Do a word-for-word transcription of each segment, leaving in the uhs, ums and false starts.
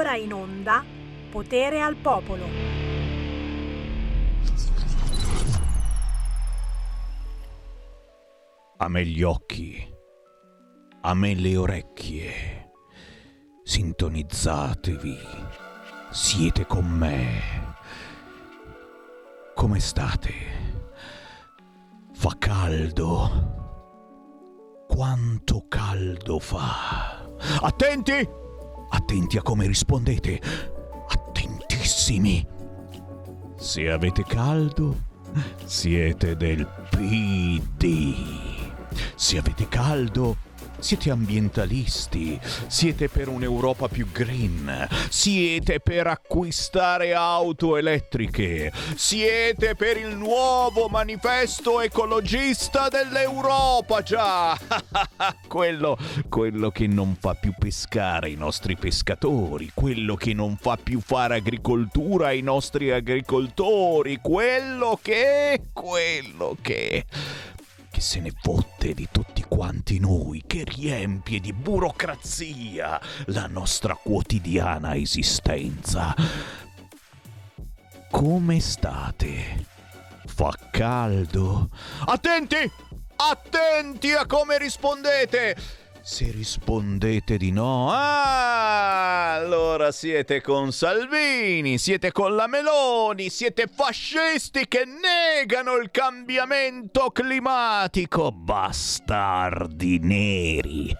ora in onda Potere al Popolo. A me gli occhi, a me le orecchie, sintonizzatevi, siete con me. Come state? Fa caldo? Quanto caldo fa? Attenti! Attenti a come rispondete. Attentissimi. Se avete caldo, siete del P D. Se avete caldo, siete ambientalisti, siete per un'Europa più green, siete per acquistare auto elettriche, siete per il nuovo manifesto ecologista dell'Europa, già! quello, quello che non fa più pescare i nostri pescatori, quello che non fa più fare agricoltura ai nostri agricoltori, quello che, quello che... che se ne fotte di tutti quanti noi, che riempie di burocrazia la nostra quotidiana esistenza. Come state? Fa caldo? Attenti! Attenti a come rispondete! Se rispondete di no, ah, allora siete con Salvini, siete con la Meloni, siete fascisti che negano il cambiamento climatico, bastardi neri.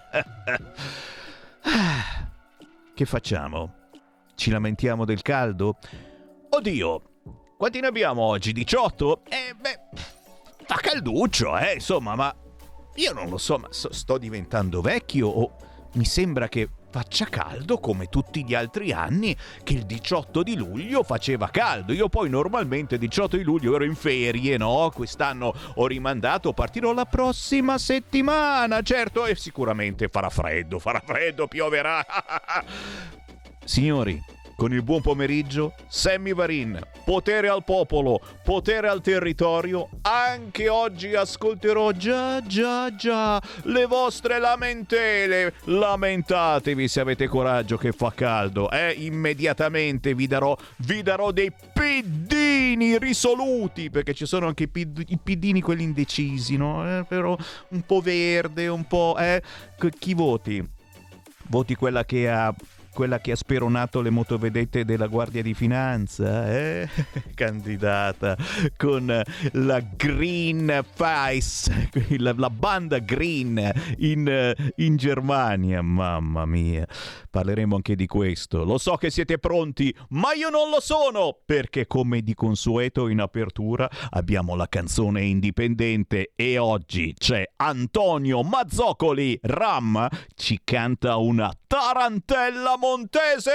Che facciamo? Ci lamentiamo del caldo? Oddio, quanti ne abbiamo oggi? diciotto? Eh, beh, fa calduccio, eh, insomma, ma... io non lo so, ma so, sto diventando vecchio o mi sembra che faccia caldo come tutti gli altri anni che il diciotto di luglio faceva caldo. Io poi normalmente il diciotto di luglio ero in ferie, no? Quest'anno ho rimandato, partirò la prossima settimana, certo, e sicuramente farà freddo, farà freddo, pioverà. Signori, con il buon pomeriggio, Sammy Varin, potere al popolo, potere al territorio. Anche oggi ascolterò già, già, già le vostre lamentele. Lamentatevi se avete coraggio che fa caldo. Eh, immediatamente vi darò, vi darò dei piddini risoluti, perché ci sono anche i, pid, i piddini quelli indecisi, no? Eh, però un po' verde, un po'... Eh. Chi voti? Voti quella che ha... quella che ha speronato le motovedette della Guardia di Finanza, eh? Candidata con la Green Face, la, la banda Green in, in Germania. Mamma mia, parleremo anche di questo. Lo so che siete pronti, ma io non lo sono, perché come di consueto in apertura abbiamo la canzone indipendente e oggi c'è Antonio Mazzocoli. Ram ci canta una tarantella montese!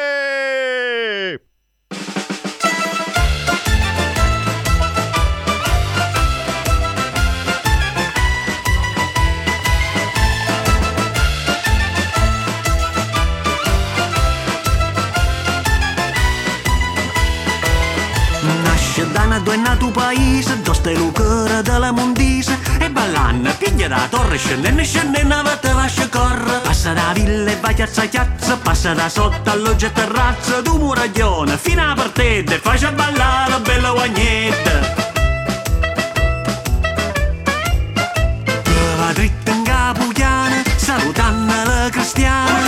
Nasce da una due nato paese, dove stai lucera della mondise, e ballanna, piglia da torre, scendendo, scendendo, te lascia correre. Passa da villa e va chiazza chiazza, passa da sotto alloggia e terrazza, tu muraglione, fino a partita, e faccia ballare la bella guagnetta. Va dritta in capugliana, salutando la cristiana.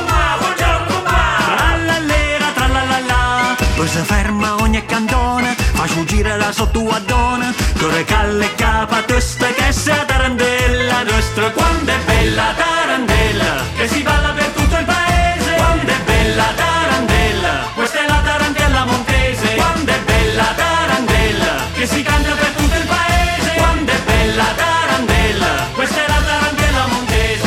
Trallallera, trallallà, poi si ferma ogni cantone, faccio un giro da sotto a donna, corre calle e capa tosta che sia tarantella nostra. Quando è bella tarantella, che si balla per tutto il paese. Quando è bella tarantella, questa è la tarantella montese. Quando è bella tarantella, che si canta per tutto il paese. Quando è bella tarantella, questa è la tarantella montese.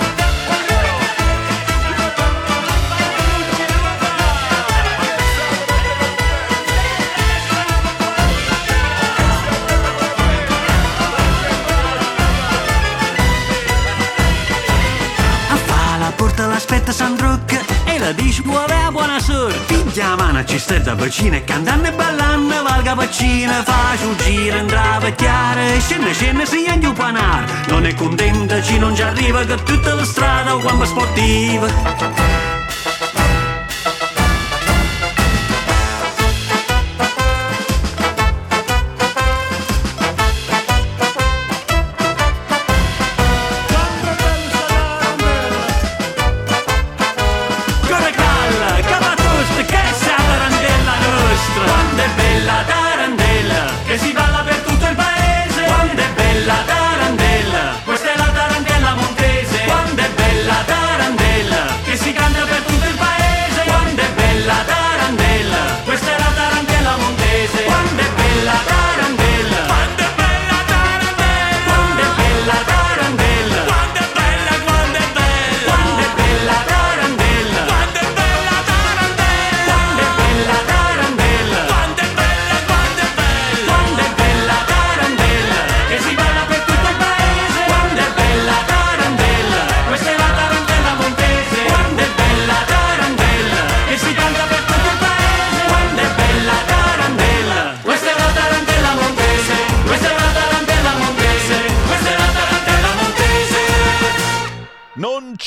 Porta l'aspetta Sandrucca e la dice buona buonasera. Piglia mano ci sta da vicino e cantando e ballando valga vaccina. Faccio un giro in dravecchiare, scende scende si anche un panare. Non è contenta ci non ci arriva che tutta la strada è quando sportiva.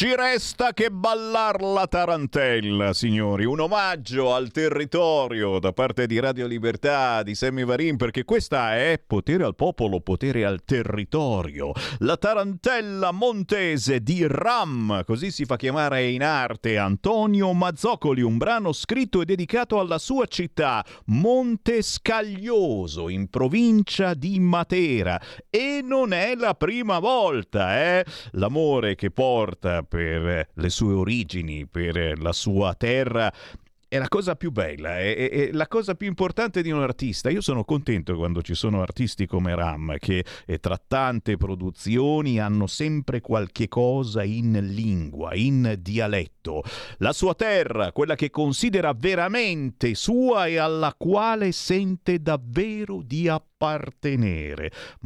ci resta che ballar la tarantella, signori. Un omaggio al territorio da parte di Radio Libertà, di Sammy Varin, perché questa è potere al popolo, potere al territorio. La tarantella montese di Ram, così si fa chiamare in arte Antonio Mazzoccoli, un brano scritto e dedicato alla sua città, Montescaglioso, in provincia di Matera. E non è la prima volta, eh? L'amore che porta per le sue origini, per la sua terra, è la cosa più bella, è, è, è la cosa più importante di un artista. Io sono contento quando ci sono artisti come Ram che eh, tra tante produzioni hanno sempre qualche cosa in lingua, in dialetto. La sua terra, quella che considera veramente sua e alla quale sente davvero di appartenere.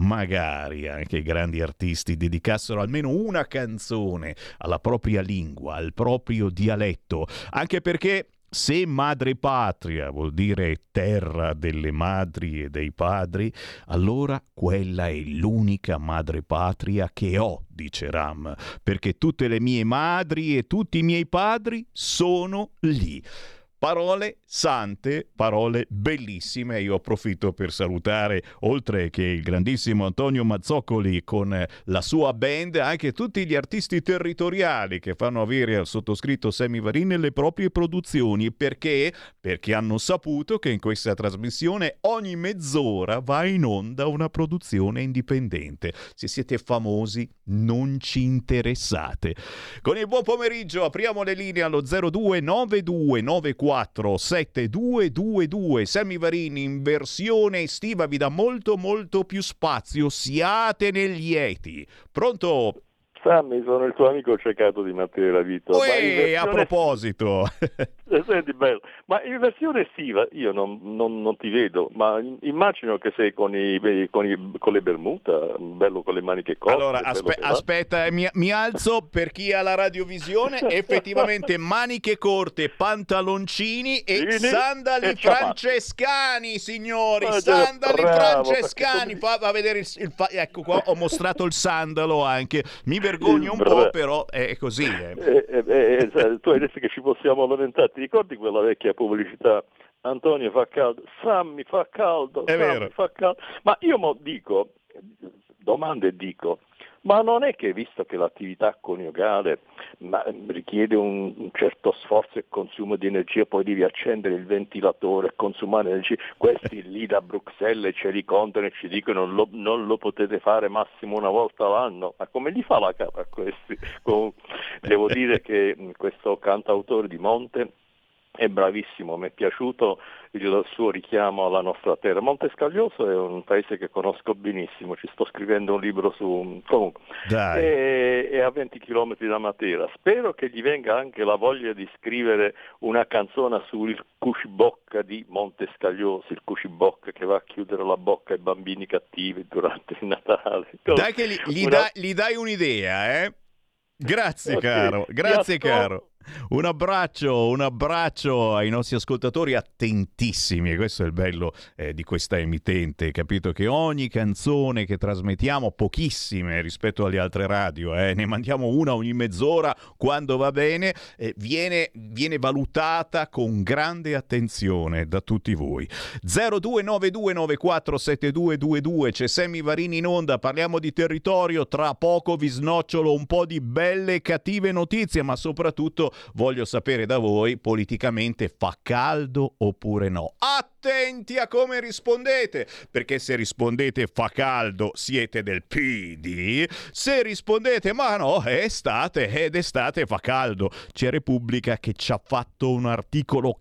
Magari anche i grandi artisti dedicassero almeno una canzone alla propria lingua, al proprio dialetto, anche perché se madre patria vuol dire terra delle madri e dei padri, allora quella è l'unica madre patria che ho, dice Ram, perché tutte le mie madri e tutti i miei padri sono lì. Parole sante, parole bellissime. Io approfitto per salutare, oltre che il grandissimo Antonio Mazzoccoli con la sua band, anche tutti gli artisti territoriali che fanno avere al sottoscritto Sammy Varin le proprie produzioni. Perché? Perché hanno saputo che in questa trasmissione ogni mezz'ora va in onda una produzione indipendente. Se siete famosi non ci interessate. Con il buon pomeriggio apriamo le linee allo zero due nove due nove quattro sette due due due. Sammy Varin in versione estiva vi dà molto molto più spazio. Siatene lieti. Pronto? Sammy, sono il tuo amico ciecato di Matteo Vito. Uè, a proposito. Senti, bello. Ma in versione estiva io non, non, non ti vedo, ma immagino che sei con, i, con, i, con le bermuda, bello con le maniche corte. Allora, aspe- aspetta, mi, mi alzo per chi ha la radiovisione, effettivamente maniche corte, pantaloncini e Gini sandali e francescani, signori, ah, sandali bravo, francescani. Fa, fa vedere il, il fa- ecco qua, ho mostrato il sandalo anche, mi vergogno un po', però è così. Eh. Eh, eh, eh, tu hai detto che ci possiamo lamentare, ti ricordi quella vecchia pubblicità? Antonio fa caldo, Sammy fa caldo, è Sammy vero. fa caldo. Ma io mo dico, domando e dico, ma non è che visto che l'attività coniugale ma, richiede un, un certo sforzo e consumo di energia, poi devi accendere il ventilatore e consumare energia, questi lì da Bruxelles ce li contano e ci dicono lo, non lo potete fare massimo una volta all'anno, ma come li fa la capa a questi? Comunque, devo dire che questo cantautore di Monte è bravissimo, mi è piaciuto il suo richiamo alla nostra terra. Montescaglioso è un paese che conosco benissimo, ci sto scrivendo un libro su, comunque, Dai. È, è a venti chilometri da Matera. Spero che gli venga anche la voglia di scrivere una canzone sul cuscibocca di Montescaglioso, il cuscibocca che va a chiudere la bocca ai bambini cattivi durante il Natale. Dai che gli, gli, una... dai, gli dai un'idea, eh? Grazie okay. caro, grazie caro. Un abbraccio, un abbraccio ai nostri ascoltatori attentissimi, e questo è il bello eh, di questa emittente, capito che ogni canzone che trasmettiamo, pochissime rispetto alle altre radio, eh, ne mandiamo una ogni mezz'ora quando va bene, eh, viene, viene valutata con grande attenzione da tutti voi. zero due nove due nove quattro sette due due due, c'è Sammy Varin in onda, parliamo di territorio, tra poco vi snocciolo un po' di belle e cattive notizie, ma soprattutto voglio sapere da voi, politicamente fa caldo oppure no? Attenti a come rispondete, perché se rispondete fa caldo siete del P D, se rispondete ma no, è estate ed estate fa caldo, c'è Repubblica che ci ha fatto un articolo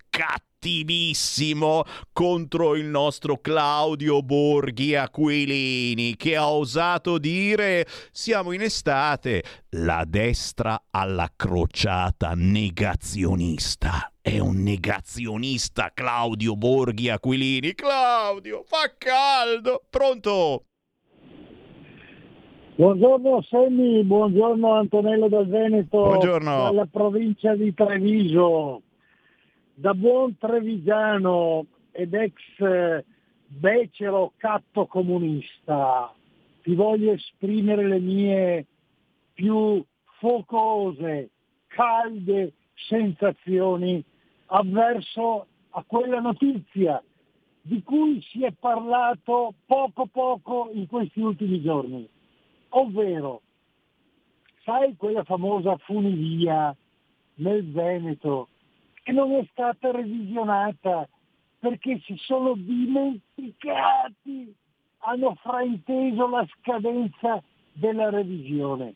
cattivissimo contro il nostro Claudio Borghi Aquilini, che ha osato dire siamo in estate, la destra alla crociata negazionista. È un negazionista Claudio Borghi Aquilini. Claudio, fa caldo. Pronto? Buongiorno Sammy, buongiorno Antonello dal Veneto. Buongiorno. Dalla provincia di Treviso. Da buon trevigiano ed ex becero catto comunista ti voglio esprimere le mie più focose, calde sensazioni avverso a quella notizia di cui si è parlato poco poco in questi ultimi giorni, ovvero, sai, quella famosa funivia nel Veneto che non è stata revisionata perché si sono dimenticati, hanno frainteso la scadenza della revisione.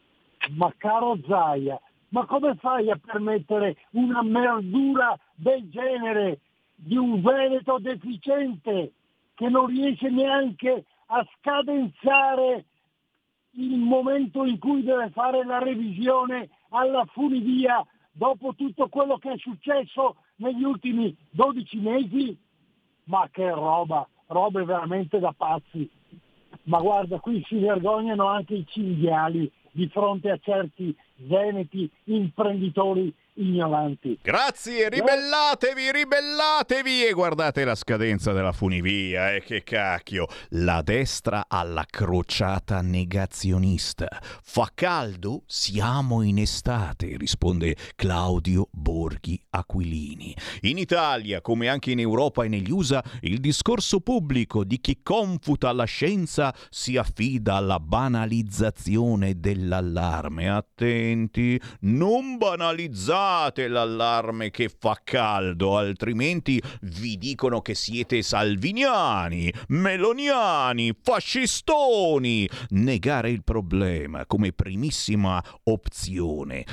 Ma caro Zaia, ma come fai a permettere una merdura del genere di un Veneto deficiente che non riesce neanche a scadenzare il momento in cui deve fare la revisione alla funivia dopo tutto quello che è successo negli ultimi dodici mesi? Ma che roba, robe veramente da pazzi. Ma guarda, qui si vergognano anche i cinghiali di fronte a certi veneti imprenditori ignoranti. Grazie, ribellatevi, ribellatevi e guardate la scadenza della funivia, e eh, che cacchio, la destra alla crociata negazionista. Fa caldo? Siamo in estate, risponde Claudio Borghi Aquilini. In Italia, come anche in Europa e negli U S A, il discorso pubblico di chi confuta la scienza si affida alla banalizzazione dell'allarme. Attenti, non banalizzate l'allarme che fa caldo, altrimenti vi dicono che siete salviniani, meloniani, fascistoni. Negare il problema come primissima opzione,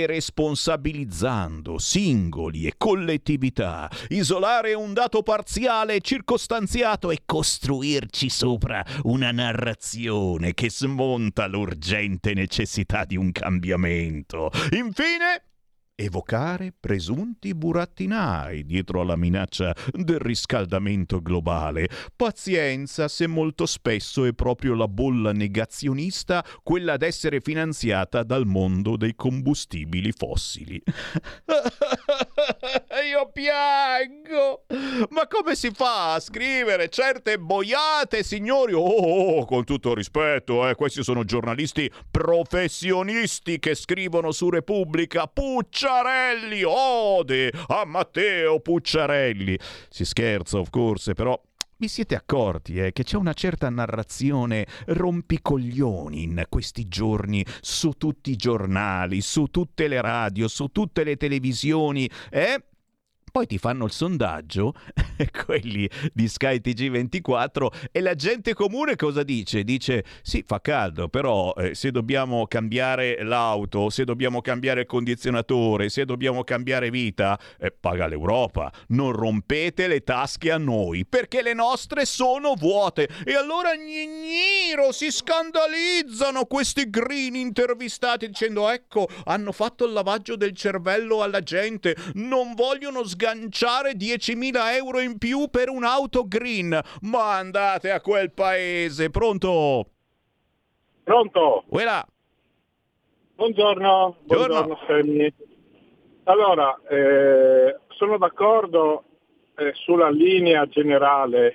deresponsabilizzando singoli e collettività, isolare un dato parziale e circostanziato e costruirci sopra una narrazione che smonta l'urgente necessità di un cambiamento. Infine, evocare presunti burattinai dietro alla minaccia del riscaldamento globale. Pazienza, se molto spesso è proprio la bolla negazionista quella ad essere finanziata dal mondo dei combustibili fossili. Io piango! Ma come si fa a scrivere certe boiate, signori? Oh, oh, oh, con tutto rispetto, eh, questi sono giornalisti professionisti che scrivono su Repubblica. Pucciarelli, ode a Matteo Pucciarelli. Si scherza, of course, però vi siete accorti eh, che c'è una certa narrazione rompicoglioni in questi giorni su tutti i giornali, su tutte le radio, su tutte le televisioni, eh? Poi ti fanno il sondaggio, quelli di Sky T G ventiquattro, e la gente comune cosa dice? Dice, sì, fa caldo, però eh, se dobbiamo cambiare l'auto, se dobbiamo cambiare il condizionatore, se dobbiamo cambiare vita, eh, paga l'Europa. Non rompete le tasche a noi, perché le nostre sono vuote. E allora gnigniro, si scandalizzano questi green intervistati dicendo, ecco, hanno fatto il lavaggio del cervello alla gente, non vogliono sganciare diecimila euro in più per un'auto green. Ma andate a quel paese. Pronto? Pronto? Uela. Buongiorno. Buongiorno, Sammy. Allora, eh, sono d'accordo eh, sulla linea generale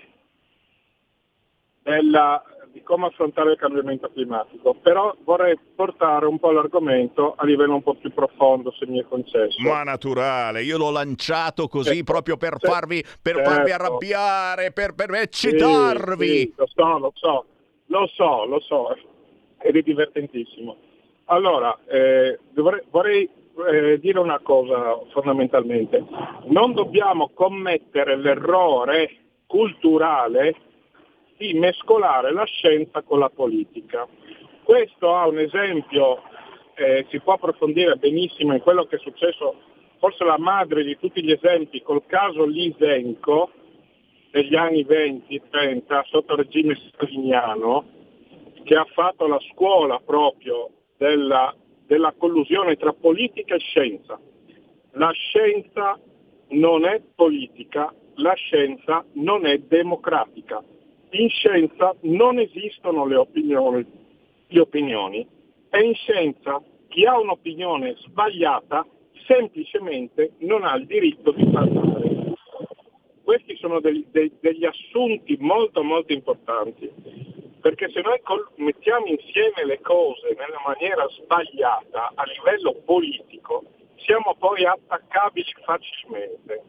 della, di come affrontare il cambiamento climatico, però vorrei portare un po' l'argomento a livello un po' più profondo, se mi è concesso. Ma naturale, io l'ho lanciato così certo. proprio per certo. farvi per certo. farvi arrabbiare, per, per eccitarvi. Sì, sì, lo so, lo so, lo so, lo so, ed è divertentissimo. Allora, eh, dovrei, vorrei eh, dire una cosa fondamentalmente. Non dobbiamo commettere l'errore culturale di mescolare la scienza con la politica. Questo ha un esempio, eh, si può approfondire benissimo in quello che è successo, forse la madre di tutti gli esempi, col caso Lysenko degli anni venti trenta sotto il regime staliniano, che ha fatto la scuola proprio della, della collusione tra politica e scienza. La scienza non è politica, la scienza non è democratica. In scienza non esistono le opinioni, le opinioni e in scienza chi ha un'opinione sbagliata semplicemente non ha il diritto di parlare. Questi sono degli, dei, degli assunti molto molto importanti. perché se noi col- mettiamo insieme le cose nella maniera sbagliata a livello politico, siamo poi attaccabili facilmente.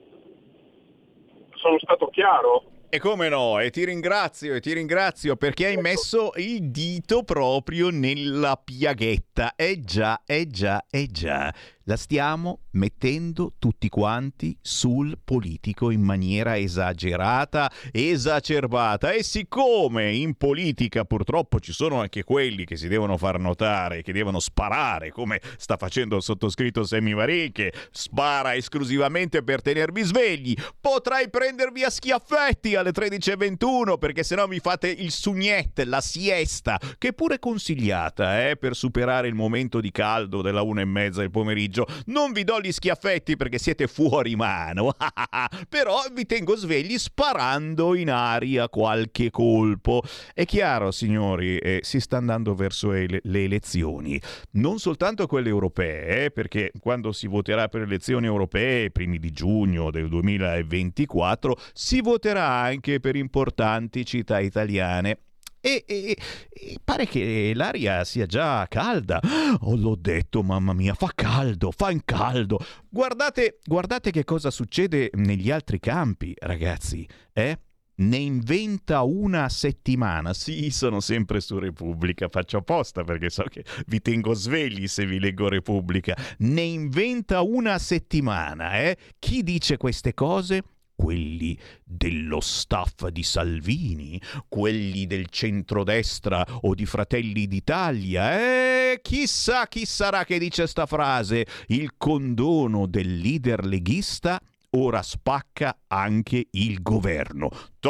Sono stato chiaro? E come no, e ti ringrazio, e ti ringrazio perché hai messo il dito proprio nella piaghetta. Eh già, eh già, eh già. La stiamo mettendo tutti quanti sul politico in maniera esagerata, esacerbata. E siccome in politica purtroppo ci sono anche quelli che si devono far notare, che devono sparare, come sta facendo il sottoscritto Sammy Varin, che spara esclusivamente per tenervi svegli, potrai prendervi a schiaffetti alle tredici e ventuno, perché sennò mi fate il sugnette, la siesta, che è pure consigliata eh, per superare il momento di caldo della una e mezza del pomeriggio. Non vi do gli schiaffetti perché siete fuori mano, però vi tengo svegli sparando in aria qualche colpo. È chiaro, signori, eh, si sta andando verso le, le elezioni, non soltanto quelle europee, eh, perché quando si voterà per le elezioni europee, primi di giugno del duemilaventiquattro, si voterà anche per importanti città italiane. E, e, e pare che l'aria sia già calda. Oh, l'ho detto, mamma mia, fa caldo, fa in caldo. Guardate, guardate che cosa succede negli altri campi, ragazzi, eh? Ne inventa una settimana. Sì, sono sempre su Repubblica, faccio apposta perché so che vi tengo svegli se vi leggo Repubblica. Ne inventa una settimana, eh? Chi dice queste cose? Quelli dello staff di Salvini, quelli del centrodestra o di Fratelli d'Italia. Eh, chissà chi sarà che dice sta frase. Il condono del leader leghista ora spacca anche il governo.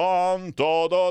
Tanto da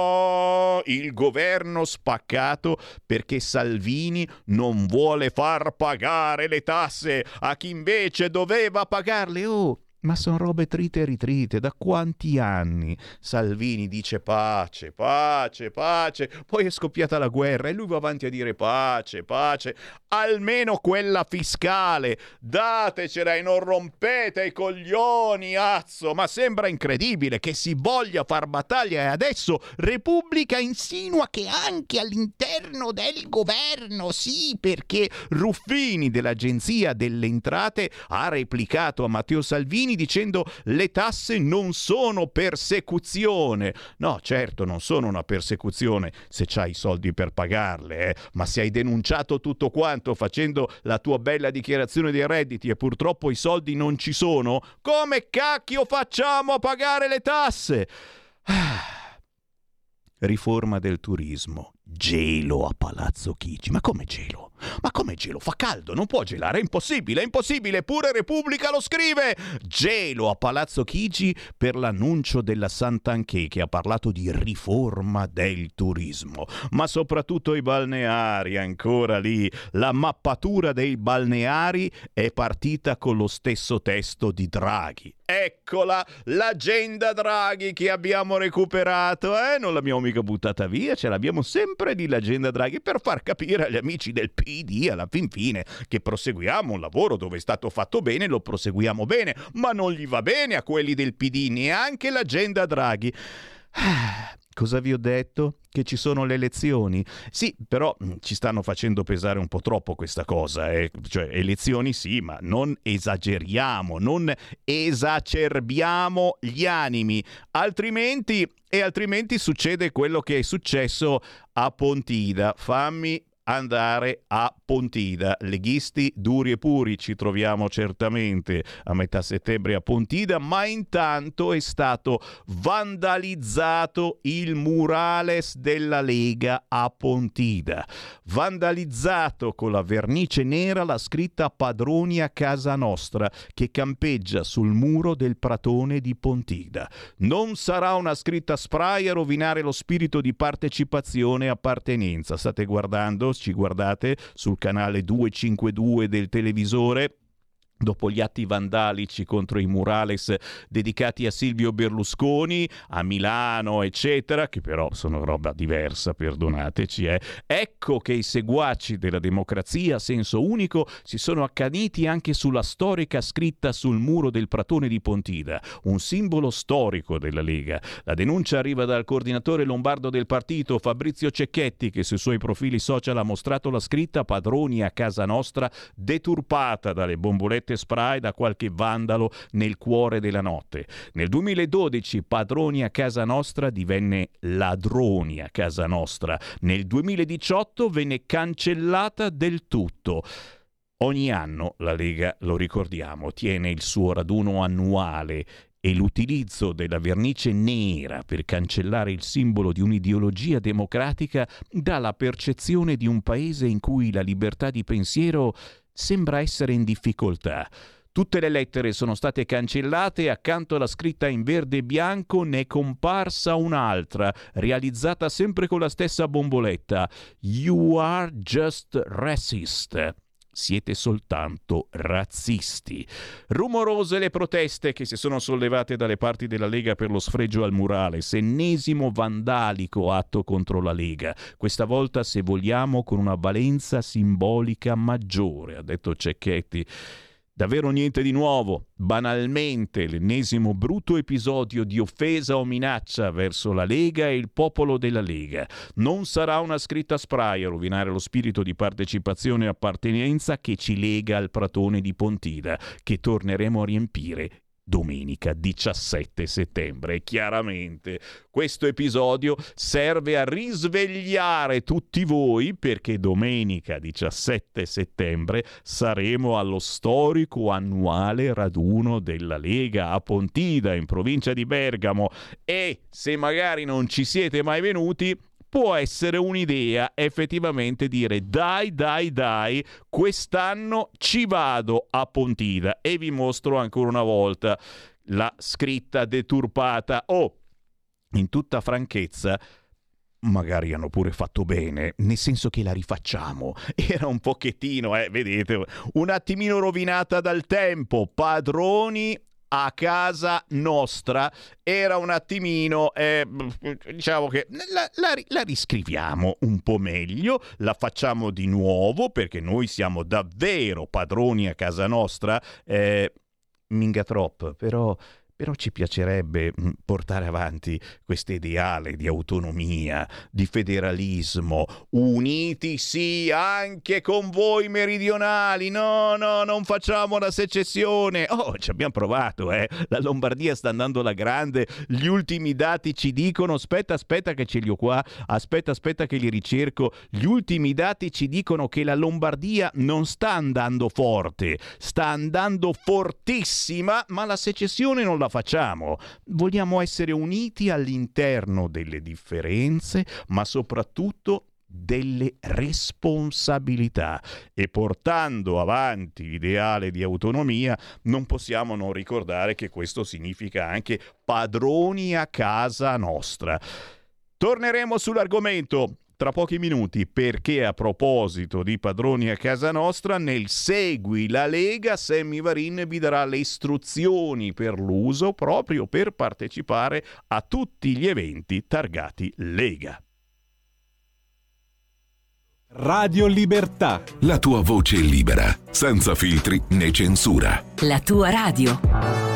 da, il governo spaccato perché Salvini non vuole far pagare le tasse a chi invece doveva pagarle. Oh, ma sono robe trite e ritrite. Da quanti anni Salvini dice pace, pace, pace, poi è scoppiata la guerra e lui va avanti a dire pace, pace, almeno quella fiscale datecela e non rompete i coglioni, azzo. Ma sembra incredibile che si voglia far battaglia e adesso Repubblica insinua che anche all'interno del governo, sì, perché Ruffini dell'Agenzia delle Entrate ha replicato a Matteo Salvini dicendo le tasse non sono persecuzione. No, certo, non sono una persecuzione se c'hai i soldi per pagarle, eh? Ma se hai denunciato tutto quanto facendo la tua bella dichiarazione dei redditi e purtroppo i soldi non ci sono, come cacchio facciamo a pagare le tasse? Riforma del turismo. Gelo a Palazzo Chigi. Ma come gelo? Ma come gelo? Fa caldo, non può gelare, è impossibile, è impossibile, pure Repubblica lo scrive! Gelo a Palazzo Chigi per l'annuncio della Santanchè, che ha parlato di riforma del turismo. Ma soprattutto i balneari, ancora lì. La mappatura dei balneari è partita con lo stesso testo di Draghi. Eccola, l'agenda Draghi che abbiamo recuperato, eh? Non l'abbiamo mica buttata via, ce l'abbiamo sempre di l'agenda Draghi per far capire agli amici del P D alla fin fine che proseguiamo un lavoro dove è stato fatto bene, lo proseguiamo bene, ma non gli va bene a quelli del P D neanche l'agenda Draghi. Cosa vi ho detto? Che ci sono le elezioni? Sì, però ci stanno facendo pesare un po' troppo questa cosa, eh? Cioè elezioni sì, ma non esageriamo, non esacerbiamo gli animi, altrimenti e altrimenti succede quello che è successo a Pontida. Fammi andare a Pontida. Leghisti duri e puri ci troviamo certamente a metà settembre a Pontida, ma intanto è stato vandalizzato il murales della Lega a Pontida. Vandalizzato con la vernice nera la scritta Padroni a casa nostra, che campeggia sul muro del Pratone di Pontida. Non sarà una scritta spray a rovinare lo spirito di partecipazione e appartenenza. State guardando, ci guardate sul canale duecentocinquantadue del televisore, dopo gli atti vandalici contro i murales dedicati a Silvio Berlusconi, a Milano, eccetera, che però sono roba diversa, perdonateci, eh. Ecco che i seguaci della democrazia a senso unico si sono accaniti anche sulla storica scritta sul muro del Pratone di Pontida, un simbolo storico della Lega. La denuncia arriva dal coordinatore lombardo del partito, Fabrizio Cecchetti, che sui suoi profili social ha mostrato la scritta "Padroni a casa nostra", deturpata dalle bombolette spray da qualche vandalo nel cuore della notte. Nel duemiladodici Padroni a casa nostra divenne Ladroni a casa nostra. Nel duemiladiciotto venne cancellata del tutto. Ogni anno la Lega, lo ricordiamo, tiene il suo raduno annuale e l'utilizzo della vernice nera per cancellare il simbolo di un'ideologia democratica dà la percezione di un paese in cui la libertà di pensiero sembra essere in difficoltà. Tutte le lettere sono state cancellate e accanto alla scritta in verde e bianco ne è comparsa un'altra, realizzata sempre con la stessa bomboletta. You are just racist. Siete soltanto razzisti. Rumorose le proteste che si sono sollevate dalle parti della Lega per lo sfregio al murales, ennesimo vandalico atto contro la Lega, questa volta, se vogliamo, con una valenza simbolica maggiore, ha detto Cecchetti. Davvero niente di nuovo, banalmente l'ennesimo brutto episodio di offesa o minaccia verso la Lega e il popolo della Lega. Non sarà una scritta spray a rovinare lo spirito di partecipazione e appartenenza che ci lega al Pratone di Pontida, che torneremo a riempire domenica diciassette settembre. E chiaramente questo episodio serve a risvegliare tutti voi, perché domenica diciassette settembre saremo allo storico annuale raduno della Lega a Pontida, in provincia di Bergamo, e se magari non ci siete mai venuti, può essere un'idea effettivamente dire dai dai dai, quest'anno ci vado a Pontida, e vi mostro ancora una volta la scritta deturpata. Oh, in tutta franchezza, magari hanno pure fatto bene, nel senso che la rifacciamo. Era un pochettino, eh, vedete, un attimino rovinata dal tempo. Padroni a casa nostra era un attimino, eh, diciamo che la, la, la riscriviamo un po' meglio, la facciamo di nuovo, perché noi siamo davvero padroni a casa nostra. eh, minga troppo, però Però ci piacerebbe portare avanti questo ideale di autonomia, di federalismo. Uniti sì, anche con voi meridionali. No, no, non facciamo la secessione. Oh, ci abbiamo provato, eh. La Lombardia sta andando alla grande. Gli ultimi dati ci dicono, aspetta, aspetta che ce li ho qua, aspetta, aspetta che li ricerco. Gli ultimi dati ci dicono che la Lombardia non sta andando forte, sta andando fortissima, ma la secessione non la facciamo. Vogliamo essere uniti all'interno delle differenze, ma soprattutto delle responsabilità, e portando avanti l'ideale di autonomia non possiamo non ricordare che questo significa anche padroni a casa nostra. Torneremo sull'argomento tra pochi minuti, perché a proposito di padroni a casa nostra, nel Segui la Lega, Sammy Varin vi darà le istruzioni per l'uso, proprio per partecipare a tutti gli eventi targati Lega. Radio Libertà. La tua voce libera, senza filtri né censura. La tua radio.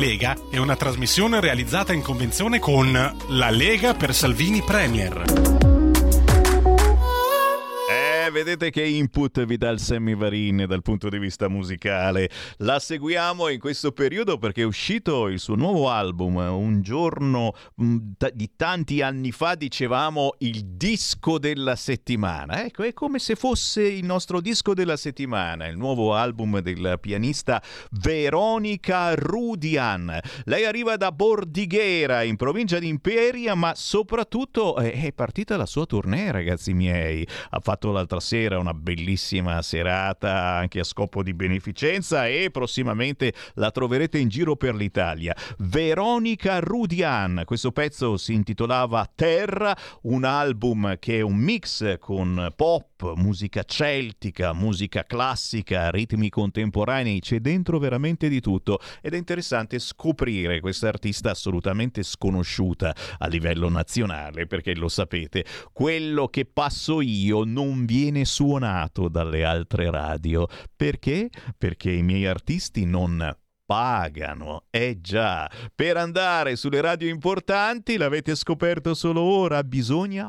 Lega è una trasmissione realizzata in convenzione con La Lega per Salvini Premier. Vedete che input vi dà il Sammy Varin dal punto di vista musicale. La seguiamo in questo periodo perché è uscito il suo nuovo album un giorno mh, t- di tanti anni fa, dicevamo il disco della settimana. Ecco, è come se fosse il nostro disco della settimana, il nuovo album del pianista Veronica Rudian. Lei arriva da Bordighera in provincia di Imperia, ma soprattutto è partita la sua tournée, ragazzi miei. Ha fatto l'altra sera una bellissima serata anche a scopo di beneficenza e prossimamente la troverete in giro per l'Italia. Veronica Rudian, questo pezzo si intitolava Terra, un album che è un mix con pop, musica celtica, musica classica, ritmi contemporanei, c'è dentro veramente di tutto ed è interessante scoprire questa artista assolutamente sconosciuta a livello nazionale, perché lo sapete, quello che passo io non viene suonato dalle altre radio. Perché? Perché i miei artisti non pagano. Eh già, per andare sulle radio importanti, l'avete scoperto solo ora, bisogna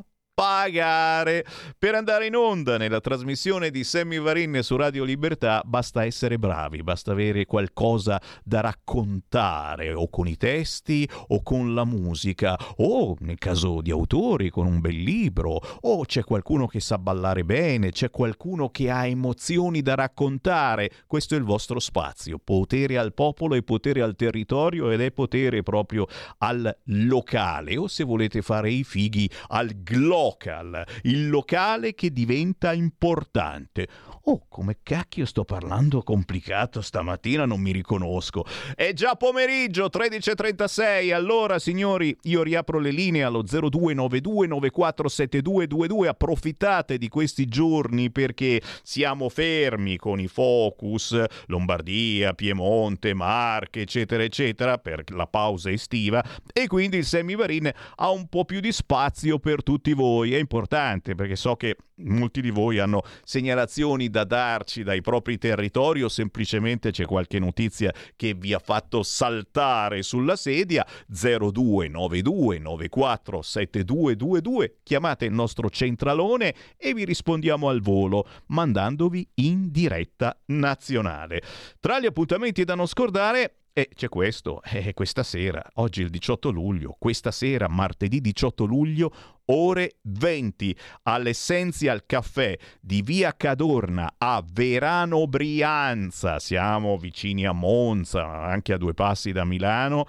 pagare. Per andare in onda nella trasmissione di Sammy Varin su Radio Libertà basta essere bravi, basta avere qualcosa da raccontare, o con i testi o con la musica, o nel caso di autori con un bel libro, o c'è qualcuno che sa ballare bene, c'è qualcuno che ha emozioni da raccontare. Questo è il vostro spazio, potere al popolo e potere al territorio, ed è potere proprio al locale, o se volete fare i fighi al globo. Local, il locale che diventa importante. Oh, come cacchio sto parlando complicato stamattina, non mi riconosco. È già pomeriggio, tredici e trentasei. Allora, signori, io riapro le linee allo zero due nove due nove quattro sette due due due. Approfittate di questi giorni perché siamo fermi con i focus Lombardia, Piemonte, Marche, eccetera, eccetera, per la pausa estiva, e quindi il Sammy Varin ha un po' più di spazio per tutti voi. È importante perché so che molti di voi hanno segnalazioni da darci dai propri territori, o semplicemente c'è qualche notizia che vi ha fatto saltare sulla sedia. Zero due nove due nove quattro sette due due due, chiamate il nostro centralone e vi rispondiamo al volo mandandovi in diretta nazionale. Tra gli appuntamenti da non scordare E c'è questo, eh, questa sera, oggi è il diciotto luglio, questa sera, martedì diciotto luglio, ore venti, all'Essential Caffè di via Cadorna a Verano Brianza, siamo vicini a Monza, anche a due passi da Milano,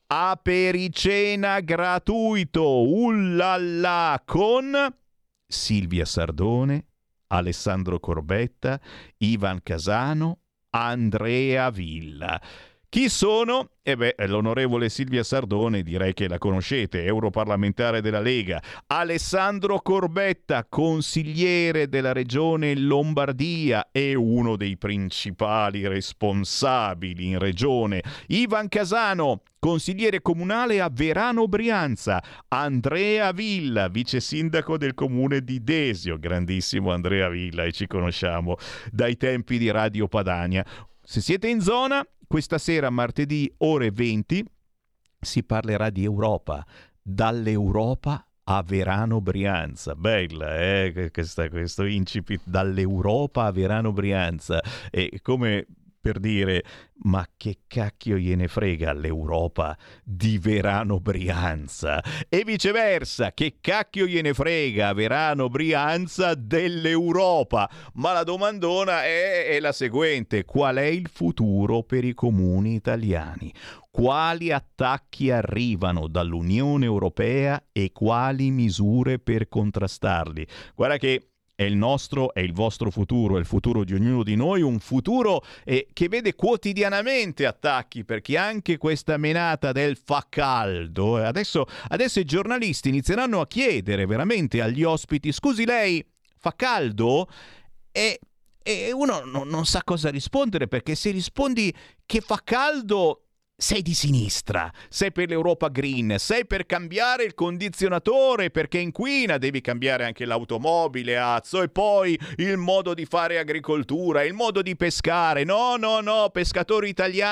apericena gratuito, ullala, con Silvia Sardone, Alessandro Corbetta, Ivan Casano, Andrea Villa. Chi sono? E beh, l'onorevole Silvia Sardone direi che la conoscete, europarlamentare della Lega. Alessandro Corbetta, consigliere della regione Lombardia e uno dei principali responsabili in regione. Ivan Casano, consigliere comunale a Verano Brianza. Andrea Villa, vice sindaco del comune di Desio. Grandissimo Andrea Villa, e ci conosciamo dai tempi di Radio Padania. Se siete in zona, questa sera, martedì, ore venti, si parlerà di Europa, dall'Europa a Verano Brianza. Bella, eh? Questa, questo incipit, dall'Europa a Verano Brianza. E come per dire, ma che cacchio gliene frega all'Europa di Verano Brianza? E viceversa, che cacchio gliene frega a Verano Brianza dell'Europa? Ma la domandona è, è la seguente: qual è il futuro per i comuni italiani? Quali attacchi arrivano dall'Unione Europea e quali misure per contrastarli? Guarda che è il nostro, è il vostro futuro, è il futuro di ognuno di noi, un futuro eh, che vede quotidianamente attacchi, perché anche questa menata del fa caldo, eh, adesso, adesso i giornalisti inizieranno a chiedere veramente agli ospiti: scusi, lei fa caldo? E, e uno non, non sa cosa rispondere, perché se rispondi che fa caldo sei di sinistra, sei per l'Europa Green, sei per cambiare il condizionatore perché inquina, devi cambiare anche l'automobile, azzo, e poi il modo di fare agricoltura, il modo di pescare. No, no, no, pescatori italiani,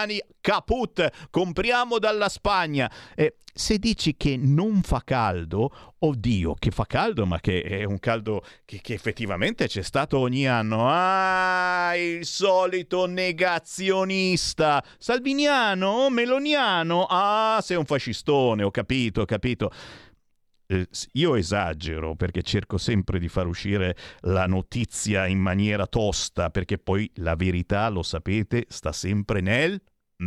caput, compriamo dalla Spagna. Eh, se dici che non fa caldo, oddio, che fa caldo, ma che è un caldo che, che effettivamente c'è stato ogni anno. Ah, il solito negazionista. Salviniano? Meloniano? Ah, sei un fascistone, ho capito, ho capito. Eh, io esagero perché cerco sempre di far uscire la notizia in maniera tosta, perché poi la verità, lo sapete, sta sempre nel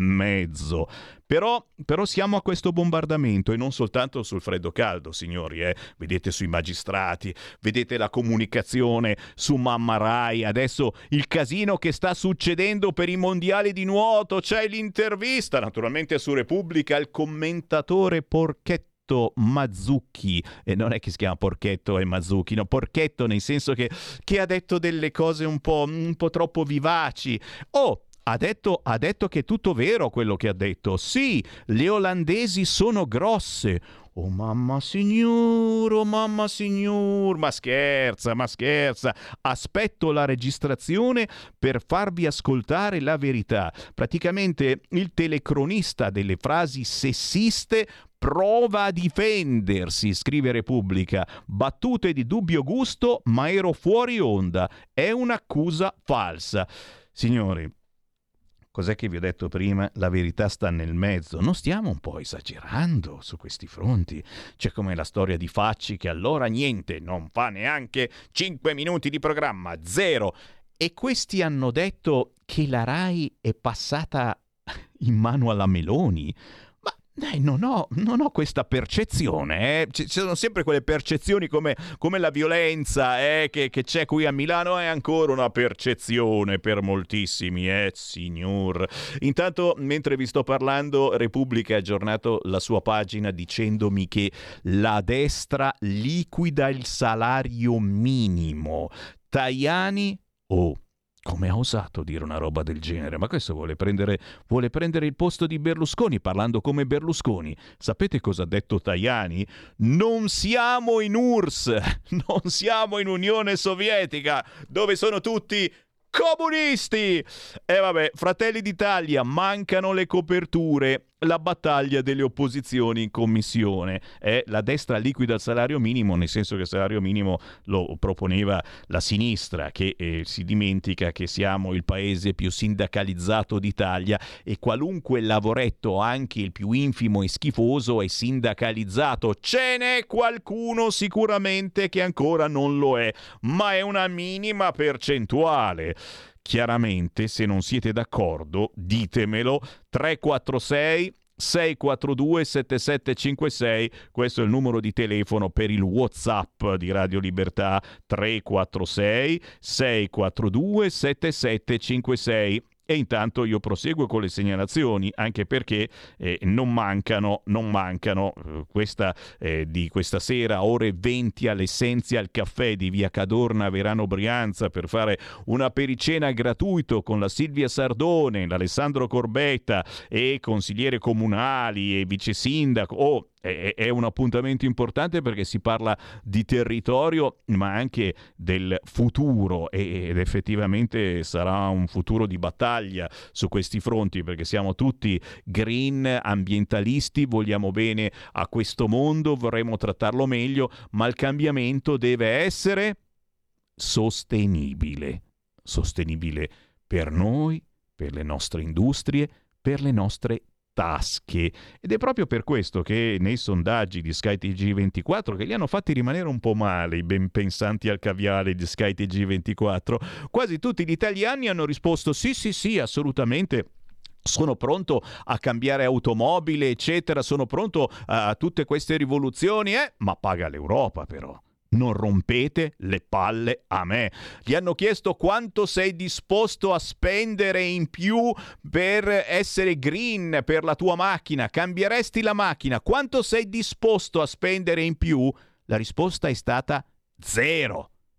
mezzo. Però, però siamo a questo bombardamento, e non soltanto sul freddo caldo, signori, eh. Vedete sui magistrati, vedete la comunicazione su Mamma Rai, adesso il casino che sta succedendo per i mondiali di nuoto, c'è l'intervista naturalmente su Repubblica al commentatore Porchetto Mazzucchi, e non è che si chiama Porchetto e Mazzucchi, no, Porchetto nel senso che, che ha detto delle cose un po', un po' troppo vivaci. Oh, Ha detto, ha detto che è tutto vero quello che ha detto. Sì, le olandesi sono grosse. Oh mamma signor, oh mamma signor, ma scherza, ma scherza. Aspetto la registrazione per farvi ascoltare la verità. Praticamente il telecronista delle frasi sessiste prova a difendersi, scrive Repubblica. Battute di dubbio gusto, ma ero fuori onda. È un'accusa falsa. Signori, cos'è che vi ho detto prima? La verità sta nel mezzo. Non stiamo un po' esagerando su questi fronti? C'è come la storia di Facci che allora niente, non fa neanche cinque minuti di programma, zero. E questi hanno detto che la Rai è passata in mano alla Meloni. Eh, non ho, non ho questa percezione, eh. Ci sono sempre quelle percezioni come, come la violenza eh, che, che c'è qui a Milano, è ancora una percezione per moltissimi, eh, signor. Intanto, mentre vi sto parlando, Repubblica ha aggiornato la sua pagina dicendomi che la destra liquida il salario minimo. Tajani, oh, come ha osato dire una roba del genere? Ma questo vuole prendere, vuole prendere il posto di Berlusconi, parlando come Berlusconi. Sapete cosa ha detto Tajani? Non siamo in U R S S, non siamo in Unione Sovietica, dove sono tutti comunisti! E vabbè, Fratelli d'Italia, mancano le coperture. La battaglia delle opposizioni in commissione. Eh, la destra liquida il salario minimo, nel senso che il salario minimo lo proponeva la sinistra, che eh, si dimentica che siamo il paese più sindacalizzato d'Italia e qualunque lavoretto, anche il più infimo e schifoso, è sindacalizzato. Ce n'è qualcuno sicuramente che ancora non lo è, ma è una minima percentuale. Chiaramente, se non siete d'accordo, ditemelo. Tre quattro sei sei quattro due sette sette cinque sei, questo è il numero di telefono per il WhatsApp di Radio Libertà. Tre quattro sei sei quattro due sette sette cinque sei. E intanto io proseguo con le segnalazioni, anche perché eh, non mancano, non mancano eh, questa eh, di questa sera, ore venti all'Essenzial Caffè di via Cadorna a Verano Brianza, per fare una pericena gratuito con la Silvia Sardone, l'Alessandro Corbetta e consigliere comunali e vice sindaco. Oh, è un appuntamento importante perché si parla di territorio ma anche del futuro, ed effettivamente sarà un futuro di battaglia su questi fronti, perché siamo tutti green, ambientalisti, vogliamo bene a questo mondo, vorremmo trattarlo meglio, ma il cambiamento deve essere sostenibile, sostenibile per noi, per le nostre industrie, per le nostre tasche. Ed è proprio per questo che nei sondaggi di Sky T G ventiquattro, che li hanno fatti rimanere un po' male i ben pensanti al caviale di Sky T G ventiquattro, quasi tutti gli italiani hanno risposto sì sì sì, assolutamente, sono pronto a cambiare automobile eccetera, sono pronto a tutte queste rivoluzioni, eh? Ma paga l'Europa però. Non rompete le palle a me. Gli hanno chiesto quanto sei disposto a spendere in più per essere green per la tua macchina. Cambieresti la macchina? Quanto sei disposto a spendere in più? La risposta è stata zero.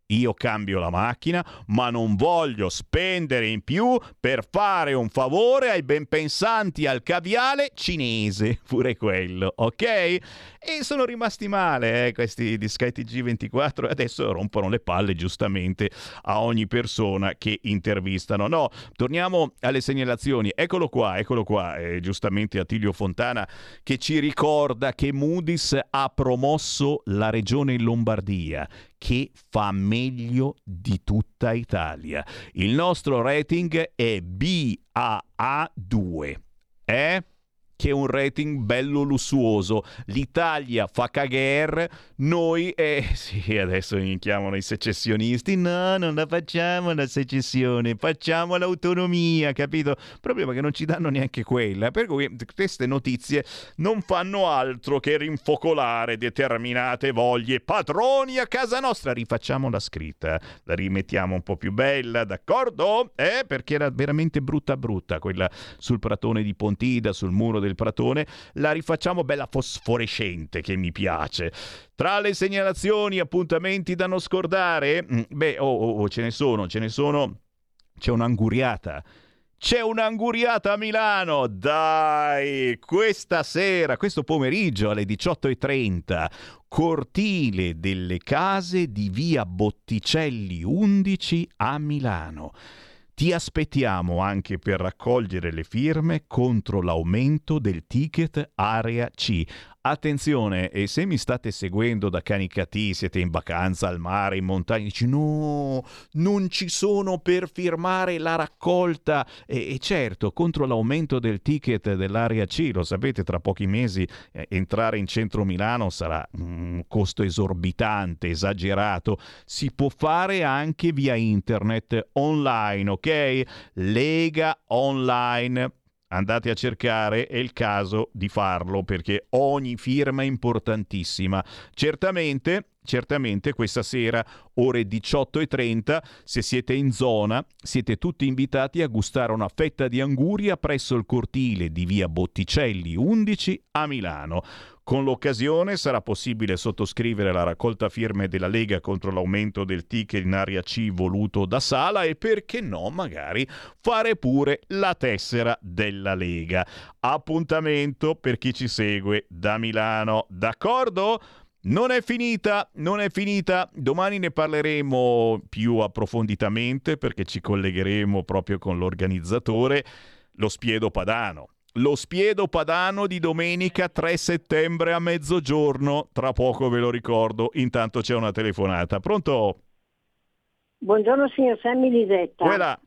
io cambio la macchina, ma non voglio spendere in più per fare un favore ai benpensanti al caviale cinese, pure quello, ok? E sono rimasti male eh, questi di Sky T G ventiquattro e adesso rompono le palle giustamente a ogni persona che intervistano. No, torniamo alle segnalazioni. Eccolo qua, eccolo qua, eh, giustamente Attilio Fontana che ci ricorda che Moody's ha promosso la regione Lombardia, che fa meglio di tutta Italia. Il nostro rating è B A A due, eh? Che è un rating bello lussuoso. L'Italia fa cagher, noi eh, sì, adesso mi chiamano i secessionisti. No, non la facciamo la secessione, facciamo l'autonomia, capito? Proprio perché non ci danno neanche quella. Per cui queste notizie non fanno altro che rinfocolare determinate voglie. Padroni a casa nostra, rifacciamo la scritta, la rimettiamo un po' più bella, d'accordo? Eh, perché era veramente brutta brutta quella sul pratone di Pontida, sul muro del Pratone, la rifacciamo bella fosforescente, che mi piace. Tra le segnalazioni, appuntamenti da non scordare, beh, oh, oh, oh, ce ne sono, ce ne sono, c'è un'anguriata. C'è un'anguriata a Milano, dai, questa sera, questo pomeriggio alle diciotto e trenta, cortile delle case di via Botticelli undici a Milano. Ti aspettiamo anche per raccogliere le firme contro l'aumento del ticket Area C. Attenzione, e se mi state seguendo da Canicattì, siete in vacanza al mare, in montagna, dici no, non ci sono per firmare la raccolta. E, e certo, contro l'aumento del ticket dell'Area C, lo sapete, tra pochi mesi eh, entrare in centro Milano sarà un costo esorbitante, esagerato. Si può fare anche via internet, online, ok? Lega Online. Andate a cercare, è il caso di farlo perché ogni firma è importantissima. Certamente, certamente questa sera, ore diciotto e trenta, se siete in zona, siete tutti invitati a gustare una fetta di anguria presso il cortile di via Botticelli undici a Milano. Con l'occasione sarà possibile sottoscrivere la raccolta firme della Lega contro l'aumento del ticket in Area C voluto da Sala e, perché no, magari fare pure la tessera della Lega. Appuntamento per chi ci segue da Milano, d'accordo? Non è finita, non è finita. Domani ne parleremo più approfonditamente perché ci collegheremo proprio con l'organizzatore, lo Spiedo Padano. Lo Spiedo Padano di domenica tre settembre a mezzogiorno, tra poco ve lo ricordo, intanto c'è una telefonata. Pronto? Buongiorno signor Sammy Lisetta. Quella.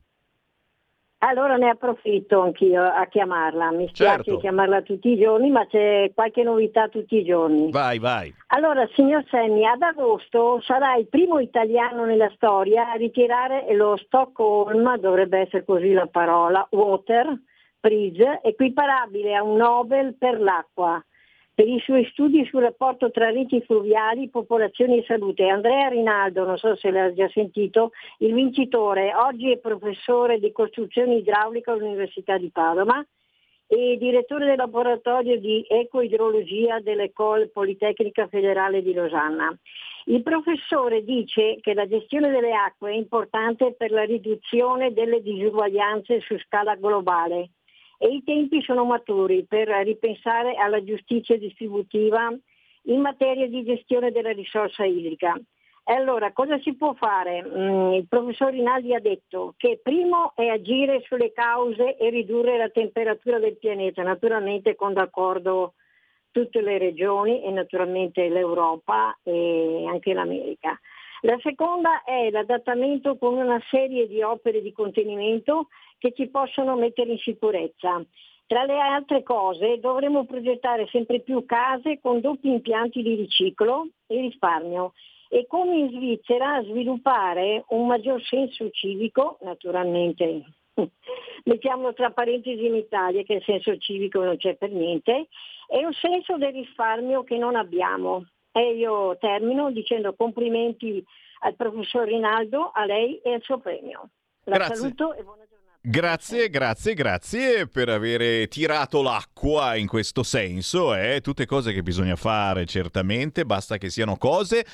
Allora ne approfitto anch'io a chiamarla, mi spiace certo. chiamarla tutti i giorni, ma c'è qualche novità tutti i giorni. Vai, vai. Allora signor Sammy, ad agosto sarà il primo italiano nella storia a ritirare lo Stockholm, dovrebbe essere così la parola, Water Prize, equiparabile a un Nobel per l'acqua, per i suoi studi sul rapporto tra reti fluviali, popolazioni e salute. Andrea Rinaldo, non so se l'ha già sentito, il vincitore, oggi è professore di costruzione idraulica all'Università di Padova e direttore del laboratorio di ecoidrologia dell'École Politecnica Federale di Losanna. Il professore dice che la gestione delle acque è importante per la riduzione delle disuguaglianze su scala globale e i tempi sono maturi per ripensare alla giustizia distributiva in materia di gestione della risorsa idrica. E allora cosa si può fare? Mm, il professor Rinaldi ha detto che primo è agire sulle cause e ridurre la temperatura del pianeta, naturalmente con d'accordo tutte le regioni e naturalmente l'Europa e anche l'America. La seconda è l'adattamento con una serie di opere di contenimento che ci possono mettere in sicurezza. Tra le altre cose dovremo progettare sempre più case con doppi impianti di riciclo e risparmio e, come in Svizzera, sviluppare un maggior senso civico, naturalmente mettiamolo tra parentesi in Italia che il senso civico non c'è per niente, e un senso del risparmio che non abbiamo. E io termino dicendo complimenti al professor Rinaldo, a lei e al suo premio. La Grazie. saluto e buona giornata. Grazie, grazie, grazie per aver tirato l'acqua in questo senso, eh? Tutte cose che bisogna fare, certamente, basta che siano cose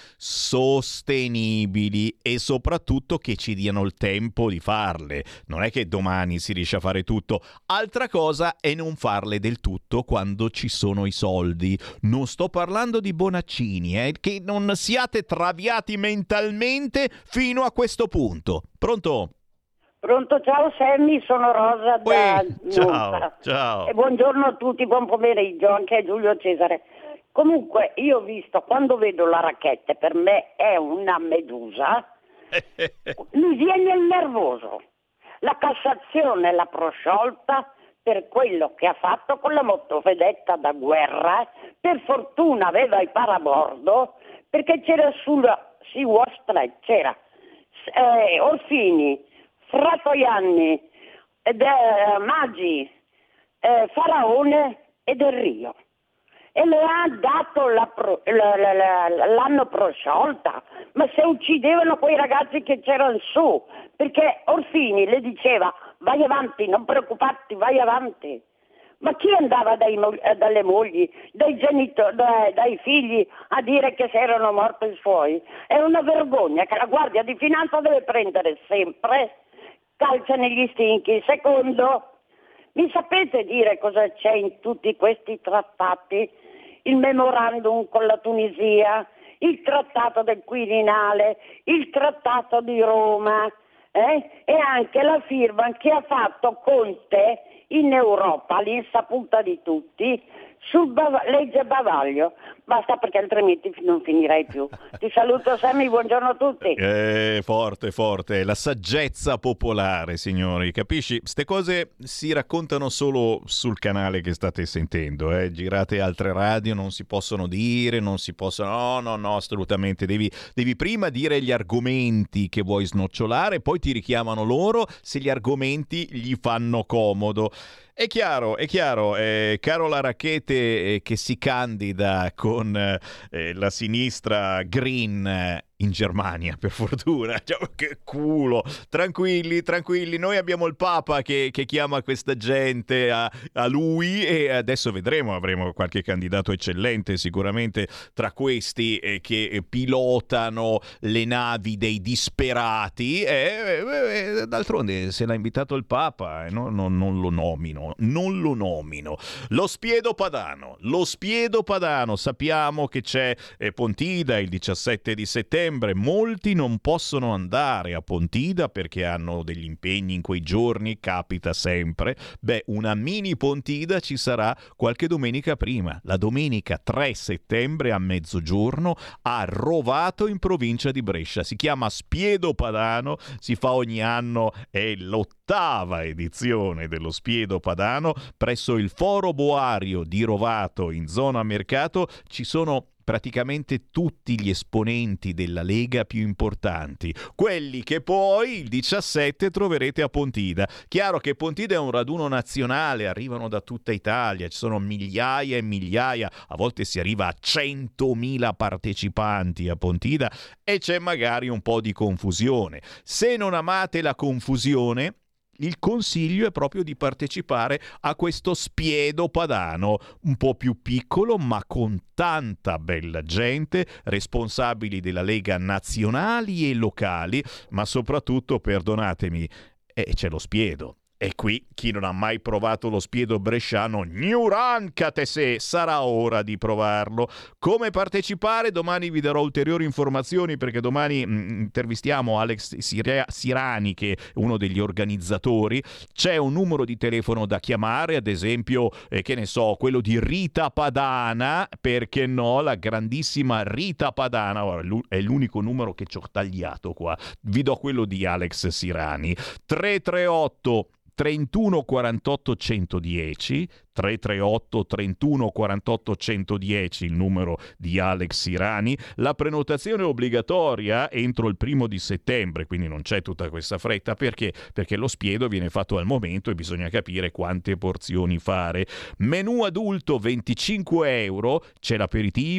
sostenibili e soprattutto che ci diano il tempo di farle. Non è che domani si riesce a fare tutto. Altra cosa è non farle del tutto quando ci sono i soldi. Non sto parlando di Bonaccini, eh? Che non siate traviati mentalmente fino a questo punto. Pronto? Pronto, ciao Sammy, sono Rosa da Uè, ciao, ciao. E buongiorno a tutti, buon pomeriggio, anche a Giulio Cesare. Comunque, io ho visto, quando vedo la racchetta, per me è una medusa, mi viene il nervoso. La Cassazione l'ha prosciolta per quello che ha fatto con la motovedetta da guerra, per fortuna aveva il parabordo, perché c'era sulla Sea Strait, c'era eh, Orfini, Fratoianni, ed, eh, Maggi, eh, Faraone e Del Rio. E le ha dato la pro, la, la, la, l'hanno prosciolta, ma se uccidevano quei ragazzi che c'erano su, perché Orfini le diceva vai avanti, non preoccuparti, vai avanti. Ma chi andava dai, dalle mogli, dai genitori, dai, dai figli a dire che si erano morti i suoi? È una vergogna che la Guardia di Finanza deve prendere sempre calcia negli stinchi. Secondo, mi sapete dire cosa c'è in tutti questi trattati? Il memorandum con la Tunisia, il trattato del Quirinale, il trattato di Roma, eh? E anche la firma che ha fatto Conte in Europa, all'insaputa di tutti, sul Bav- legge Bavaglio. Basta, perché altrimenti non finirei più. Ti saluto Sammy, buongiorno a tutti. Eh, forte, forte. La saggezza popolare, signori. Capisci? Ste cose si raccontano solo sul canale che state sentendo. Eh? Girate altre radio, non si possono dire, non si possono... No, no, no, assolutamente. Devi, devi prima dire gli argomenti che vuoi snocciolare, poi ti richiamano loro se gli argomenti gli fanno comodo. È chiaro, è chiaro, eh, Carola Rackete eh, che si candida con eh, la sinistra green eh, in Germania, per fortuna. Cioè, che culo! Tranquilli, tranquilli, noi abbiamo il Papa che, che chiama questa gente a, a lui e adesso vedremo, avremo qualche candidato eccellente sicuramente tra questi eh, che pilotano le navi dei disperati e eh, eh, d'altronde se l'ha invitato il Papa eh, no, no, non lo nomino, non lo nomino. Lo Spiedo Padano, lo Spiedo Padano, sappiamo che c'è eh, Pontida il diciassette di settembre. Molti non possono andare a Pontida perché hanno degli impegni in quei giorni, capita sempre. Beh, una mini Pontida ci sarà qualche domenica prima, la domenica tre settembre a mezzogiorno a Rovato in provincia di Brescia. Si chiama Spiedo Padano, si fa ogni anno, è l'ottava edizione dello Spiedo Padano presso il Foro Boario di Rovato in zona Mercato. Ci sono praticamente tutti gli esponenti della Lega più importanti, quelli che poi il diciassette troverete a Pontida. Chiaro che Pontida è un raduno nazionale, arrivano da tutta Italia, ci sono migliaia e migliaia, a volte si arriva a centomila partecipanti a Pontida e c'è magari un po' di confusione. Se non amate la confusione, il consiglio è proprio di partecipare a questo Spiedo Padano, un po' più piccolo ma con tanta bella gente, responsabili della Lega nazionali e locali, ma soprattutto, perdonatemi, eh, c'è lo Spiedo. E qui chi non ha mai provato lo Spiedo bresciano, gnuраncate se, sarà ora di provarlo. Come partecipare? Domani vi darò ulteriori informazioni perché domani mh, intervistiamo Alex Sir- Sirani che è uno degli organizzatori. C'è un numero di telefono da chiamare, ad esempio, eh, che ne so, quello di Rita Padana, perché no, la grandissima Rita Padana. Ora, è l'unico numero che ci ho tagliato qua. Vi do quello di Alex Sirani. tre tre otto trentuno quarantotto centodieci, tre tre otto trentuno quarantotto centodieci, il numero di Alex Sirani. La prenotazione è obbligatoria entro il primo di settembre, quindi non c'è tutta questa fretta. Perché? Perché lo Spiedo viene fatto al momento e bisogna capire quante porzioni fare. Menù adulto venticinque euro, c'è l'aperitivo,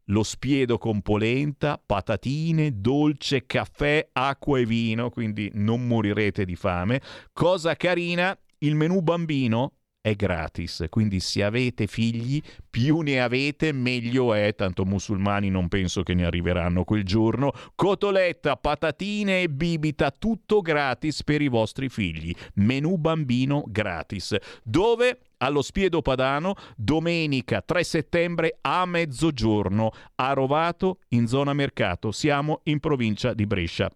lo spiedo con polenta, patatine, dolce, caffè, acqua e vino, quindi non morirete di fame. Cosa carina, il menù bambino è gratis, quindi se avete figli, più ne avete meglio è, tanto musulmani non penso che ne arriveranno quel giorno. Cotoletta, patatine e bibita, tutto gratis per i vostri figli. Menù bambino gratis. Dove? Allo Spiedo Padano, domenica tre settembre a mezzogiorno, a Rovato, in zona Mercato. Siamo in provincia di Brescia.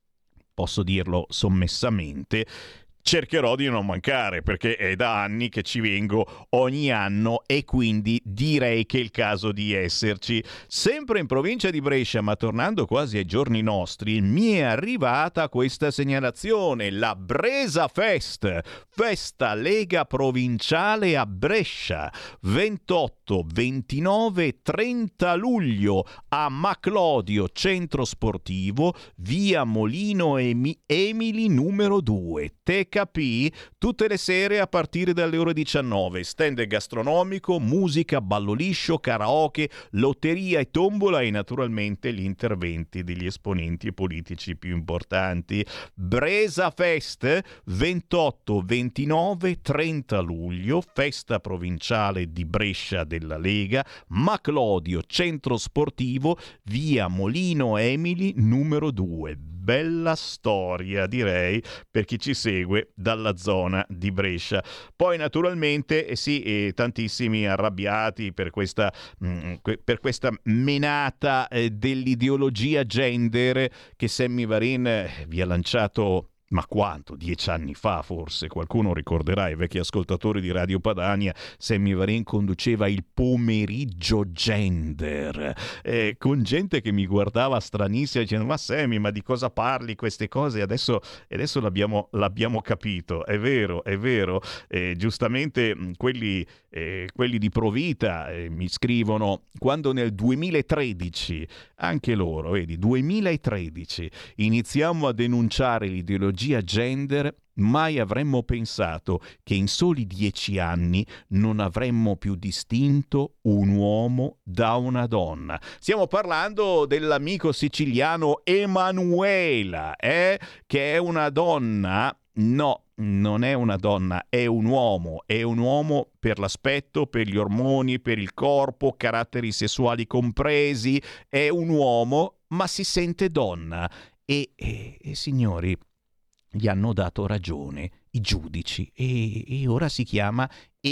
Posso dirlo sommessamente, cercherò di non mancare, perché è da anni che ci vengo ogni anno e quindi direi che è il caso di esserci. Sempre in provincia di Brescia, ma tornando quasi ai giorni nostri, mi è arrivata questa segnalazione: la Bresa Fest, festa Lega Provinciale a Brescia, ventotto, ventinove e trenta luglio a Maclodio Centro Sportivo, via Molino Emi- Emili numero due. Te capì? Tutte le sere a partire dalle ore diciannove, stand gastronomico, musica, ballo liscio, karaoke, lotteria e tombola e naturalmente gli interventi degli esponenti politici più importanti. Bresa Fest, ventotto, ventinove, trenta luglio, festa provinciale di Brescia della Lega, Maclodio Centro Sportivo, via Molino Emili numero due. Bella storia, direi, per chi ci segue dalla zona di Brescia. Poi naturalmente eh sì, eh, tantissimi arrabbiati per questa, mh, per questa menata eh, dell'ideologia gender che Sammy Varin eh, vi ha lanciato. Ma quanto? Dieci anni fa forse, qualcuno ricorderà, i vecchi ascoltatori di Radio Padania, Sammy Varin conduceva il pomeriggio gender, eh, con gente che mi guardava stranissima dicendo: ma Sammy, ma di cosa parli queste cose? Adesso, adesso l'abbiamo, l'abbiamo capito, è vero, è vero, eh, giustamente quelli, eh, quelli di Provita eh, mi scrivono: quando nel duemilatredici, anche loro, vedi, duemilatredici, iniziamo a denunciare l'ideologia gender, mai avremmo pensato che in soli dieci anni non avremmo più distinto un uomo da una donna. Stiamo parlando dell'amico siciliano Emanuela, eh? Che è una donna. No, non è una donna, è un uomo, è un uomo per l'aspetto, per gli ormoni, per il corpo, caratteri sessuali compresi, è un uomo, ma si sente donna. E, e, e signori, gli hanno dato ragione i giudici e, e ora si chiama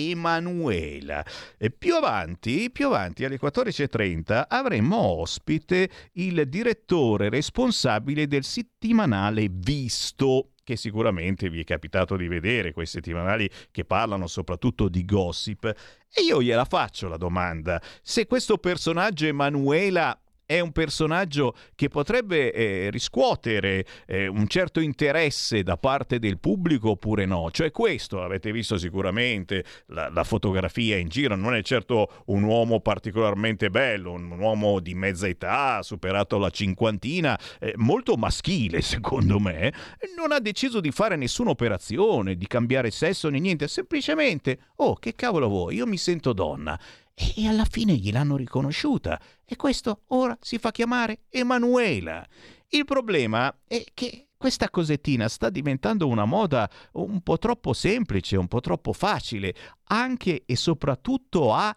Emanuela. E più avanti, più avanti alle quattordici e trenta avremo ospite il direttore responsabile del settimanale Visto, che sicuramente vi è capitato di vedere, quei settimanali che parlano soprattutto di gossip. E io gliela faccio la domanda: se questo personaggio Emanuela è un personaggio che potrebbe eh, riscuotere eh, un certo interesse da parte del pubblico oppure no. Cioè questo, avete visto sicuramente la, la fotografia in giro, non è certo un uomo particolarmente bello, un, un uomo di mezza età, superato la cinquantina, eh, molto maschile secondo me, non ha deciso di fare nessuna operazione, di cambiare sesso né niente, semplicemente, oh che cavolo vuoi, io mi sento donna. E alla fine gliel'hanno riconosciuta e questo ora si fa chiamare Emanuela. Il problema è che questa cosettina sta diventando una moda un po' troppo semplice, un po' troppo facile, anche e soprattutto a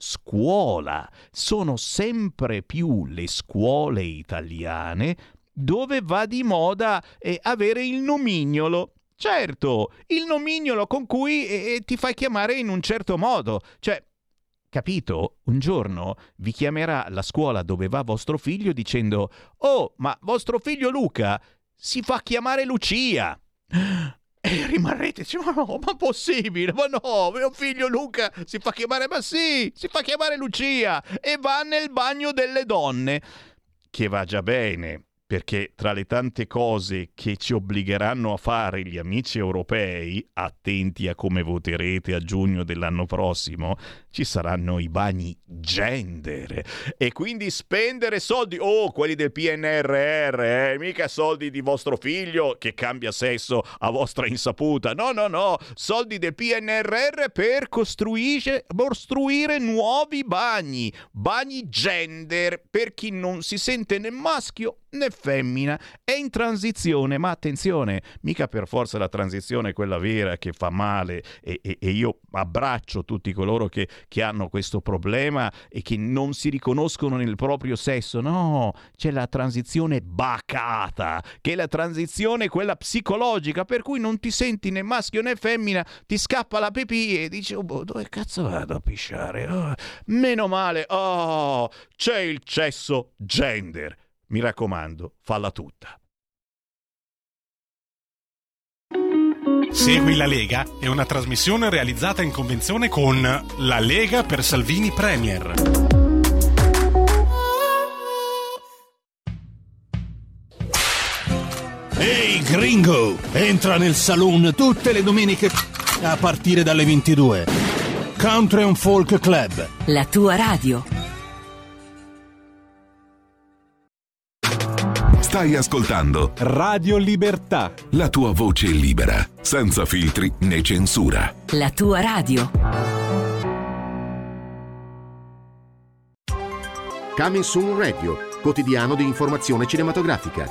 scuola. Sono sempre più le scuole italiane dove va di moda eh, avere il nomignolo. Certo, il nomignolo con cui eh, ti fai chiamare in un certo modo, cioè, capito? Un giorno vi chiamerà la scuola dove va vostro figlio dicendo: oh, ma vostro figlio Luca si fa chiamare Lucia. E rimarrete, cioè, ma no, ma possibile? Ma no, mio figlio Luca si fa chiamare, ma sì, si fa chiamare Lucia e va nel bagno delle donne. Che va già bene, perché tra le tante cose che ci obbligheranno a fare gli amici europei, attenti a come voterete a giugno dell'anno prossimo, ci saranno i bagni gender e quindi spendere soldi, oh, quelli del P N R R, eh, mica soldi di vostro figlio che cambia sesso a vostra insaputa, no no no, soldi del P N R R per costruire, costruire nuovi bagni, bagni gender per chi non si sente né maschio né femmina, è in transizione, ma attenzione, mica per forza la transizione è quella vera che fa male e, e, e io abbraccio tutti coloro che, che hanno questo problema e che non si riconoscono nel proprio sesso, no, c'è la transizione bacata, che è la transizione quella psicologica, per cui non ti senti né maschio né femmina, ti scappa la pipì e dici, oh, boh, dove cazzo vado a pisciare? Oh, meno male, oh, c'è il cesso gender. Mi raccomando, falla tutta. Segui la Lega è una trasmissione realizzata in convenzione con La Lega per Salvini Premier. Ehi gringo, entra nel saloon tutte le domeniche a partire dalle ventidue. Country and Folk Club, la tua radio. Stai ascoltando Radio Libertà, la tua voce libera, senza filtri né censura. La tua radio. Coming Soon Radio, quotidiano di informazione cinematografica.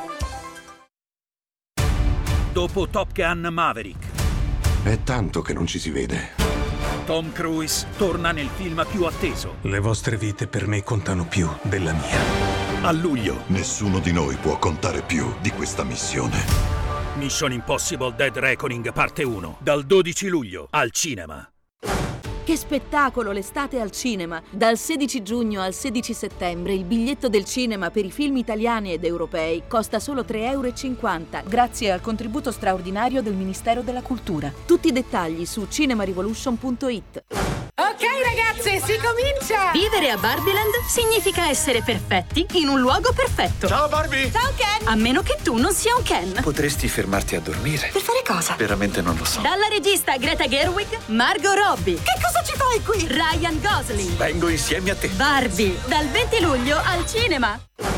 Dopo Top Gun Maverick, è tanto che non ci si vede. Tom Cruise torna nel film più atteso. Le vostre vite per me contano più della mia. A luglio, nessuno di noi può contare più di questa missione. Mission Impossible Dead Reckoning parte uno, dal dodici luglio al cinema. Che spettacolo l'estate al cinema! Dal sedici giugno al sedici settembre il biglietto del cinema per i film italiani ed europei costa solo tre euro e cinquanta grazie al contributo straordinario del Ministero della Cultura. Tutti i dettagli su cinemarevolution punto it. Ok ragazze, si comincia! Vivere a Barbieland significa essere perfetti in un luogo perfetto. Ciao Barbie! Ciao Ken! A meno che tu non sia un Ken. Potresti fermarti a dormire. Per fare cosa? Veramente non lo so. Dalla regista Greta Gerwig, Margot Robbie. Che cosa ci fai qui? Ryan Gosling. Vengo insieme a te. Barbie, dal venti luglio al cinema.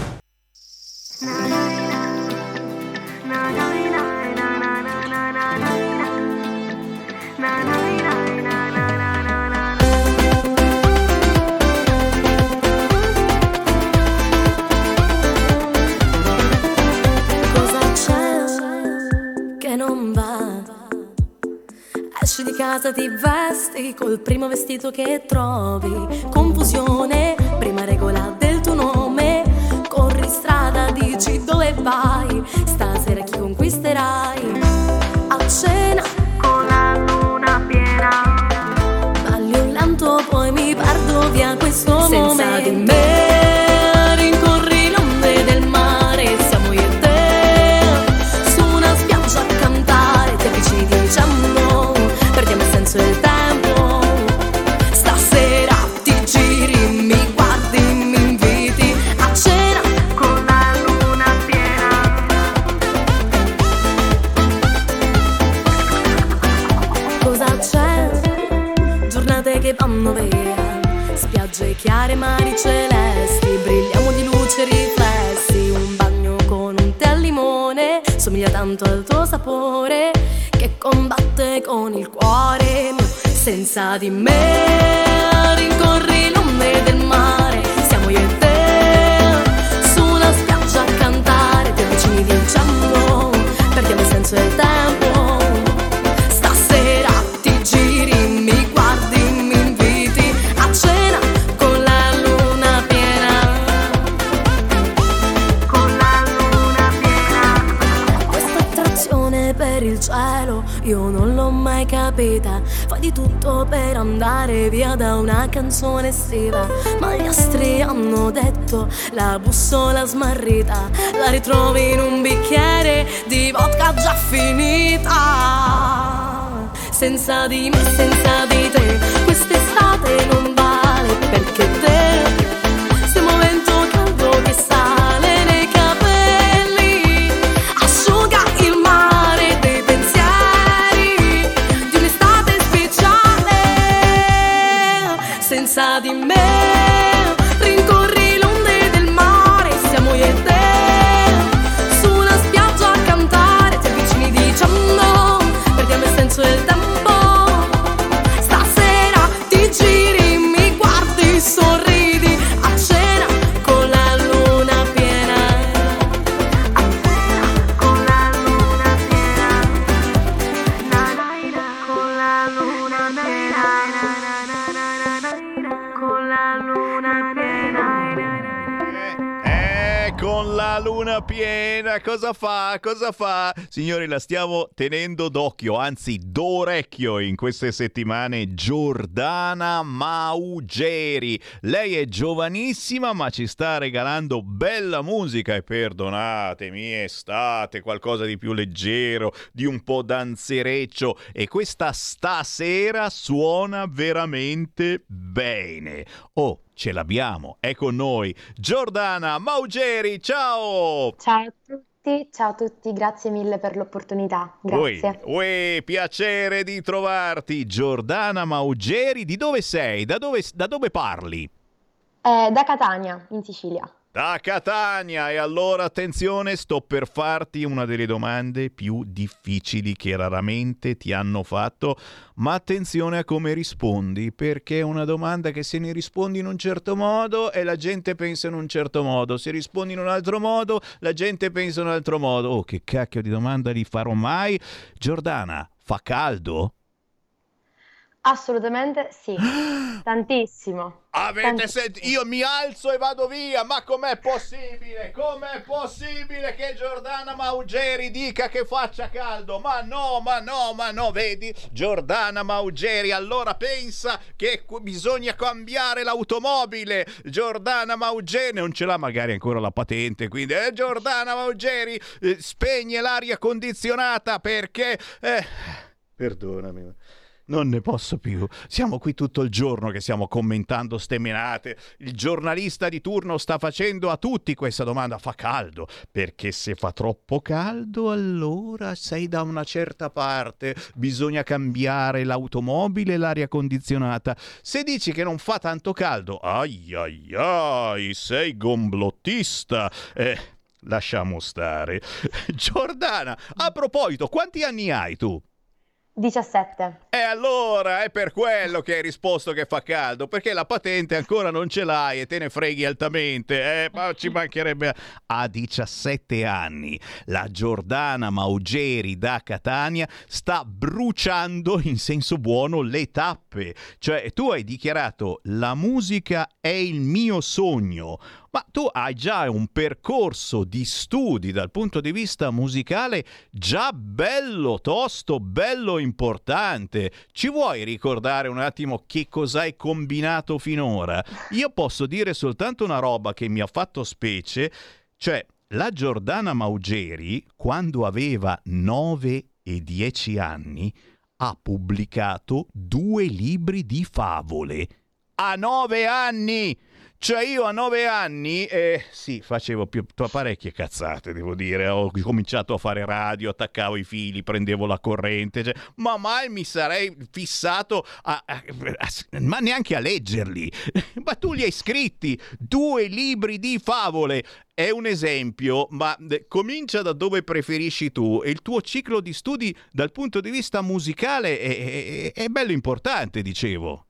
Non va, esci di casa, ti vesti col primo vestito che trovi, confusione, prima regola del tuo nome, corri strada, dici dove vai, stasera chi conquisterai, a cena con la luna piena, balli un lento poi mi perdo via questo senza momento. Senza di me rincorri le onde del mare, siamo io e te a cantare, ti avvicini diciamo, perdiamo il senso del tempo. Stasera ti giri, mi guardi, mi inviti a cena con la luna piena. Cosa c'è? Giornate che vanno via, spiagge chiare, mari celesti, brilliamo di luce e riflessi, un bagno con un tè al limone somiglia tanto al tuo sapore che combatte con il cuore mio. Senza di me rincorri le onde del mare, siamo io e te su una spiaggia a cantare, ti avvicini vinciamo, perdiamo il senso del tempo. Stasera ti giri, mi guardi, mi inviti a cena con la luna piena, con la luna piena. Questa attrazione per il cielo io non l'ho mai capita, fai di tutto per andare via da una canzone estiva, ma gli astri hanno detto la bussola smarrita la ritrovi in un bicchiere di vodka già finita. Senza di me, senza di te, quest'estate non vale, perché te sei un vento caldo che sale nei capelli la luna piena, cosa fa? Cosa fa? Signori, la stiamo tenendo d'occhio, anzi d'orecchio in queste settimane, Giordana Maugeri. Lei è giovanissima ma ci sta regalando bella musica e perdonatemi, estate, qualcosa di più leggero, di un po' danzereccio, e questa stasera suona veramente bene. Oh, ce l'abbiamo, è con noi Giordana Maugeri, ciao! Ciao a tutti, ciao a tutti, grazie mille per l'opportunità, grazie. Ui, ui, piacere di trovarti, Giordana Maugeri. Di dove sei? Da dove, da dove parli? Eh, da Catania, in Sicilia. Da Catania, e allora attenzione, sto per farti una delle domande più difficili che raramente ti hanno fatto, ma attenzione a come rispondi, perché è una domanda che se ne rispondi in un certo modo e la gente pensa in un certo modo, se rispondi in un altro modo la gente pensa in un altro modo. Oh, che cacchio di domanda li farò mai? Giordana, fa caldo? Assolutamente sì, tantissimo. Avete sentito? Io mi alzo e vado via, ma com'è possibile? Com'è possibile che Giordana Maugeri dica che faccia caldo? Ma no, ma no, ma no, vedi? Giordana Maugeri allora pensa che bisogna cambiare l'automobile. Giordana Maugeri non ce l'ha magari ancora la patente, quindi eh, Giordana Maugeri eh, spegne l'aria condizionata perché... Eh, perdonami, non ne posso più. Siamo qui tutto il giorno che stiamo commentando ste menate. Il giornalista di turno sta facendo a tutti questa domanda: fa caldo? Perché se fa troppo caldo allora sei da una certa parte, bisogna cambiare l'automobile e l'aria condizionata. Se dici che non fa tanto caldo, ai ai ai, sei gomblottista. Eh, lasciamo stare. Giordana, a proposito, quanti anni hai tu? diciassette. E allora è per quello che hai risposto che fa caldo, perché la patente ancora non ce l'hai e te ne freghi altamente, eh? Ma ci mancherebbe. A diciassette anni la Giordana Maugeri da Catania sta bruciando in senso buono le tappe. Cioè, tu hai dichiarato: la musica è il mio sogno. Ma tu hai già un percorso di studi dal punto di vista musicale già bello tosto, bello importante. Ci vuoi ricordare un attimo che cosa hai combinato finora? Io posso dire soltanto una roba che mi ha fatto specie, cioè la Giordana Maugeri, quando aveva nove e dieci anni, ha pubblicato due libri di favole. A nove anni! Cioè io a nove anni, eh, sì, facevo più, parecchie cazzate, devo dire. Ho cominciato a fare radio, attaccavo i fili, prendevo la corrente, cioè, ma mai mi sarei fissato a, a, a, ma neanche a leggerli. Ma tu li hai scritti, due libri di favole. È un esempio, ma comincia da dove preferisci tu. E il tuo ciclo di studi dal punto di vista musicale è, è, è bello importante, dicevo.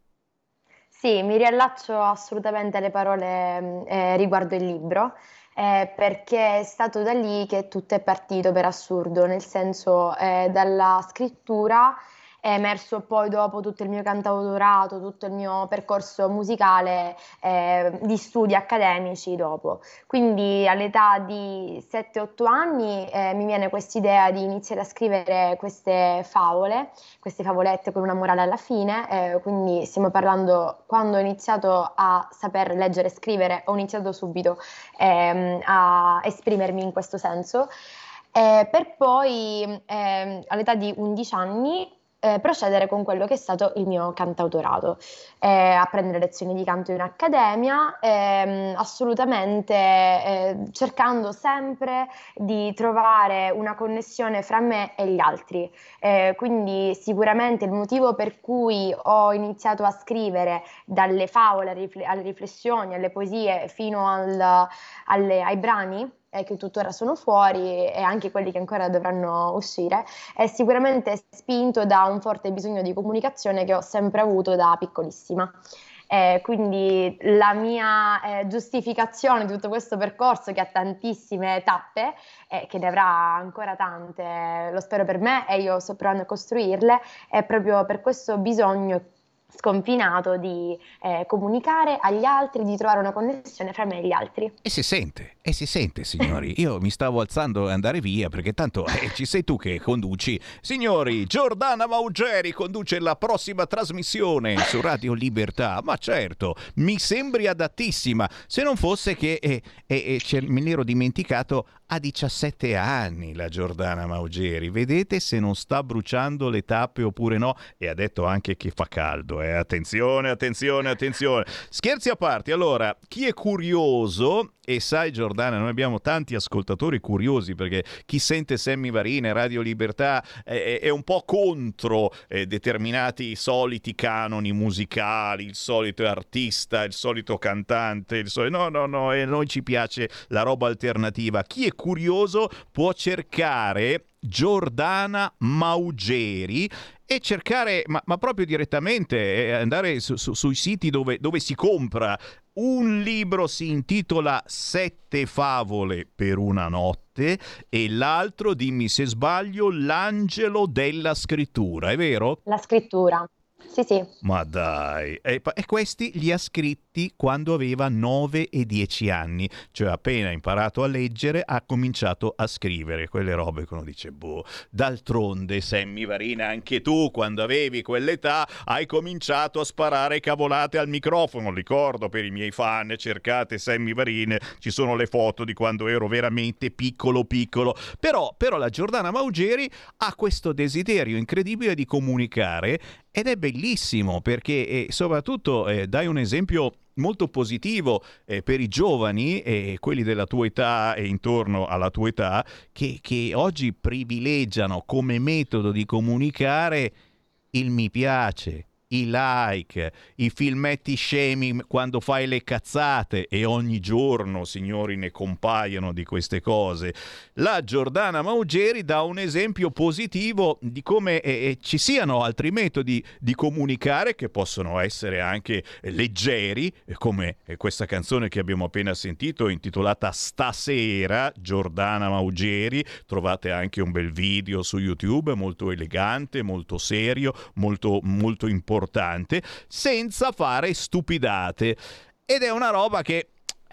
Sì, mi riallaccio assolutamente alle parole eh, riguardo il libro, eh, perché è stato da lì che tutto è partito per assurdo, nel senso eh, dalla scrittura è emerso poi dopo tutto il mio cantautorato, tutto il mio percorso musicale eh, di studi accademici dopo. Quindi all'età di sette otto anni eh, mi viene quest'idea di iniziare a scrivere queste favole, queste favolette con una morale alla fine, eh, quindi stiamo parlando quando ho iniziato a saper leggere e scrivere, ho iniziato subito ehm, a esprimermi in questo senso, eh, per poi eh, all'età di undici anni Eh, procedere con quello che è stato il mio cantautorato, eh, a prendere lezioni di canto in accademia, ehm, assolutamente eh, cercando sempre di trovare una connessione fra me e gli altri. Eh, quindi sicuramente il motivo per cui ho iniziato a scrivere dalle favole alle riflessioni, alle poesie fino al, alle, ai brani, che tuttora sono fuori e anche quelli che ancora dovranno uscire, è sicuramente spinto da un forte bisogno di comunicazione che ho sempre avuto da piccolissima. Eh, quindi la mia eh, giustificazione di tutto questo percorso, che ha tantissime tappe e eh, che ne avrà ancora tante, lo spero per me e io sto provando a costruirle, è proprio per questo bisogno sconfinato di eh, comunicare agli altri, di trovare una connessione fra me e gli altri. E si sente, e si sente, signori. Io mi stavo alzando e andare via perché tanto eh, ci sei tu che conduci. Signori, Giordana Maugeri conduce la prossima trasmissione su Radio Libertà. Ma certo, mi sembri adattissima. Se non fosse che eh, eh, eh, me l'ero dimenticato, ha diciassette anni la Giordana Maugeri. Vedete se non sta bruciando le tappe oppure no? E ha detto anche che fa caldo. Eh. Attenzione, attenzione, attenzione. Scherzi a parte, allora, chi è curioso... E sai Giordana, noi abbiamo tanti ascoltatori curiosi perché chi sente Sammy Varin e Radio Libertà è, è un po' contro eh, determinati soliti canoni musicali, il solito artista, il solito cantante, il solito... no no no, e a noi ci piace la roba alternativa. Chi è curioso può cercare Giordana Maugeri e cercare, ma, ma proprio direttamente, eh, andare su, su, sui siti dove, dove si compra. Un libro si intitola Sette favole per una notte e l'altro, dimmi se sbaglio, L'angelo della scrittura, è vero? La scrittura. Sì, sì. Ma dai, e, e questi li ha scritti quando aveva nove e dieci anni, cioè appena imparato a leggere ha cominciato a scrivere quelle robe che uno dice, boh, d'altronde Sammy Varin, anche tu quando avevi quell'età hai cominciato a sparare cavolate al microfono. Ricordo, per i miei fan, cercate Sammy Varin, ci sono le foto di quando ero veramente piccolo piccolo, però, però la Giordana Maugeri ha questo desiderio incredibile di comunicare. Ed è bellissimo perché eh, soprattutto eh, dai un esempio molto positivo eh, per i giovani e eh, quelli della tua età e intorno alla tua età che, che oggi privilegiano come metodo di comunicare il mi piace, i like, i filmetti shaming quando fai le cazzate, e ogni giorno, signori, ne compaiono di queste cose. La Giordana Maugeri dà un esempio positivo di come eh, ci siano altri metodi di comunicare che possono essere anche leggeri, come questa canzone che abbiamo appena sentito intitolata Stasera, Giordana Maugeri. Trovate anche un bel video su YouTube, molto elegante, molto serio, molto, molto importante, senza fare stupidate. Ed è una roba che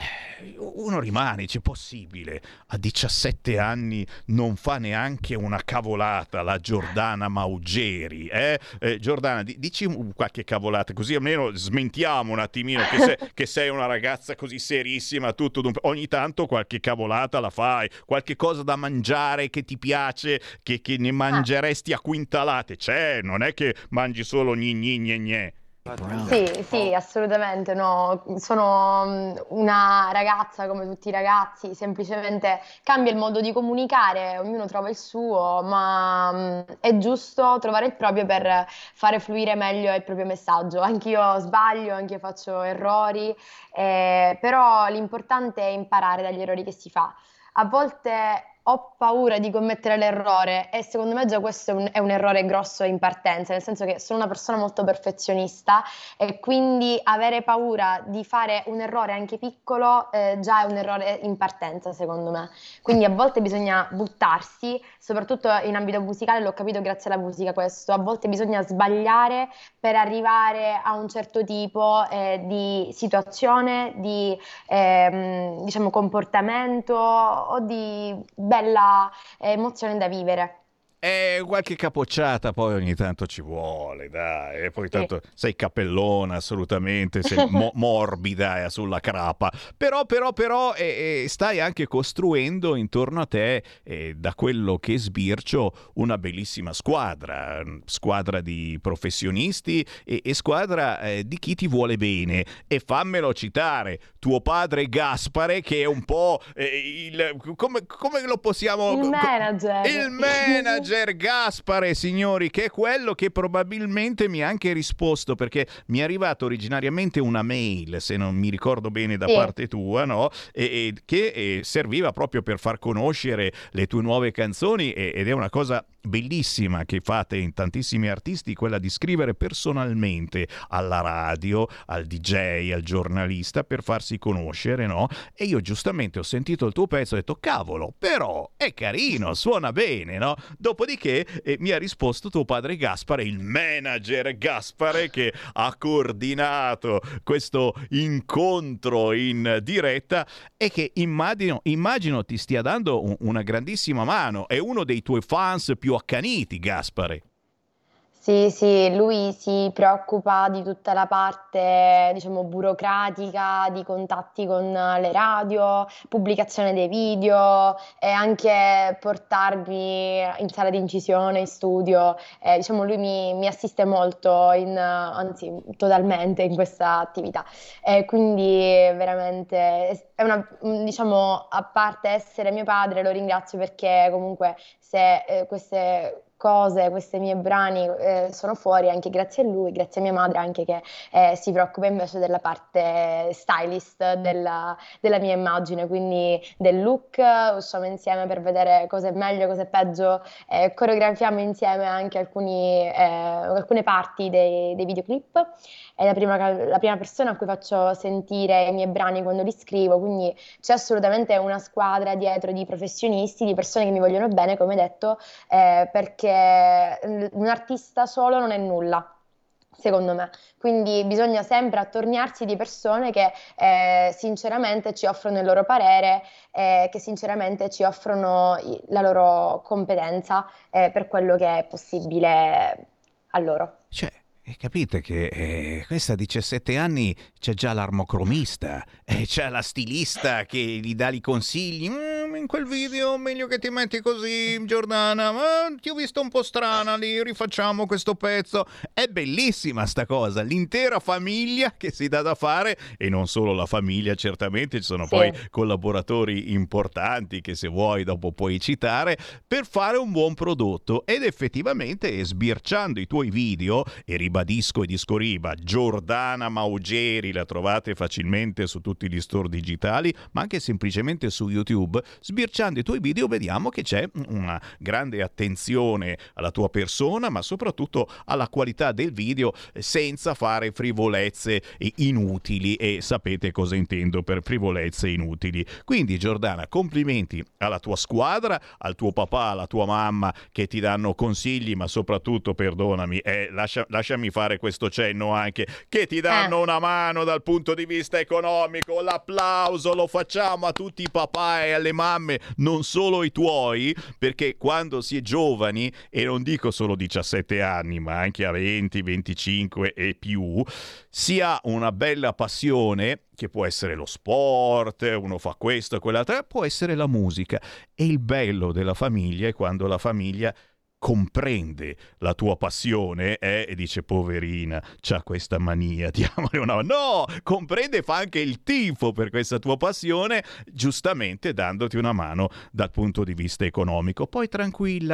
uno rimane, c'è possibile, a diciassette anni non fa neanche una cavolata la Giordana Maugeri, eh? eh Giordana, di, dici qualche cavolata così almeno smentiamo un attimino che sei, che sei una ragazza così serissima, tutto d'un... ogni tanto qualche cavolata la fai, qualche cosa da mangiare che ti piace, che, che ne mangeresti a quintalate, c'è, non è che mangi solo gni gni gni gni. Sì, sì, assolutamente no. Sono una ragazza come tutti i ragazzi, semplicemente cambia il modo di comunicare, ognuno trova il suo, ma è giusto trovare il proprio per fare fluire meglio il proprio messaggio. Anch'io sbaglio, anch'io faccio errori, eh, però l'importante è imparare dagli errori che si fa. A volte ho paura di commettere l'errore e secondo me già questo è un, è un errore grosso in partenza, nel senso che sono una persona molto perfezionista e quindi avere paura di fare un errore anche piccolo eh, già è un errore in partenza secondo me. Quindi a volte bisogna buttarsi, soprattutto in ambito musicale, l'ho capito grazie alla musica questo, a volte bisogna sbagliare per arrivare a un certo tipo eh, di situazione, di eh, diciamo comportamento o di bella emozione da vivere. E qualche capocciata poi ogni tanto ci vuole, dai, e poi tanto sì. Sei cappellona assolutamente, sei mo- morbida eh, sulla crapa, però però però eh, stai anche costruendo intorno a te, eh, da quello che sbircio, una bellissima squadra, squadra di professionisti e, e squadra eh, di chi ti vuole bene. E fammelo citare, tuo padre Gaspare, che è un po' eh, il come, come lo possiamo il manager il manager Gaspare, signori, che è quello che probabilmente mi ha anche risposto, perché mi è arrivata originariamente una mail, se non mi ricordo bene, da sì. parte tua, no? E, e che e serviva proprio per far conoscere le tue nuove canzoni, e, ed è una cosa bellissima che fate in tantissimi artisti, quella di scrivere personalmente alla radio, al D J, al giornalista per farsi conoscere, no? E io giustamente ho sentito il tuo pezzo e ho detto cavolo, però è carino, suona bene, no? Dopodiché eh, mi ha risposto tuo padre Gaspare, il manager Gaspare, che ha coordinato questo incontro in diretta e che immagino, immagino ti stia dando un, una grandissima mano. È uno dei tuoi fans più accaniti, Gaspare. Sì, sì, lui si preoccupa di tutta la parte, diciamo, burocratica, di contatti con le radio, pubblicazione dei video e anche portarmi in sala di incisione, in studio. Eh, diciamo, lui mi, mi assiste molto, in, anzi, totalmente in questa attività. E quindi veramente è una, diciamo, a parte essere mio padre, lo ringrazio perché comunque se eh, queste cose, questi miei brani eh, sono fuori anche grazie a lui, grazie a mia madre anche che eh, si preoccupa invece della parte stylist della, della mia immagine, quindi del look. Usciamo insieme per vedere cosa è meglio, cosa è peggio, eh, coreografiamo insieme anche alcuni, eh, alcune parti dei, dei videoclip. È la prima, la prima persona a cui faccio sentire i miei brani quando li scrivo, quindi c'è assolutamente una squadra dietro di professionisti, di persone che mi vogliono bene, come detto, eh, perché un artista solo non è nulla, secondo me, quindi bisogna sempre attorniarsi di persone che eh, sinceramente ci offrono il loro parere, eh, che sinceramente ci offrono la loro competenza eh, per quello che è possibile a loro. Cioè, capite che eh, questa a diciassette anni c'è già l'armocromista, eh, c'è la stilista che gli dà i consigli. Mm, in quel video meglio che ti metti così, Giordana, ma ti ho visto un po' strana lì, rifacciamo questo pezzo. È bellissima sta cosa, l'intera famiglia che si dà da fare, e non solo la famiglia, certamente ci sono sì. poi collaboratori importanti che se vuoi dopo puoi citare, per fare un buon prodotto. Ed effettivamente sbirciando i tuoi video, e ribadisco e discoriba, Giordana Maugeri, la trovate facilmente su tutti gli store digitali, ma anche semplicemente su YouTube. Sbirciando i tuoi video vediamo che c'è una grande attenzione alla tua persona, ma soprattutto alla qualità del video, senza fare frivolezze inutili, e sapete cosa intendo per frivolezze inutili. Quindi Giordana, complimenti alla tua squadra, al tuo papà, alla tua mamma che ti danno consigli, ma soprattutto, perdonami, eh, lascia, lasciami fare questo cenno anche, che ti danno eh. una mano dal punto di vista economico. L'applauso lo facciamo a tutti i papà e alle mamme, non solo i tuoi, perché quando si è giovani, e non dico solo diciassette anni, ma anche a venti, venticinque e più, si ha una bella passione, che può essere lo sport, uno fa questo e quell'altro, può essere la musica. E il bello della famiglia è quando la famiglia comprende la tua passione eh, e dice poverina, c'ha questa mania, diamole una mano. No, comprende e fa anche il tifo per questa tua passione, giustamente dandoti una mano dal punto di vista economico. Poi tranquilla,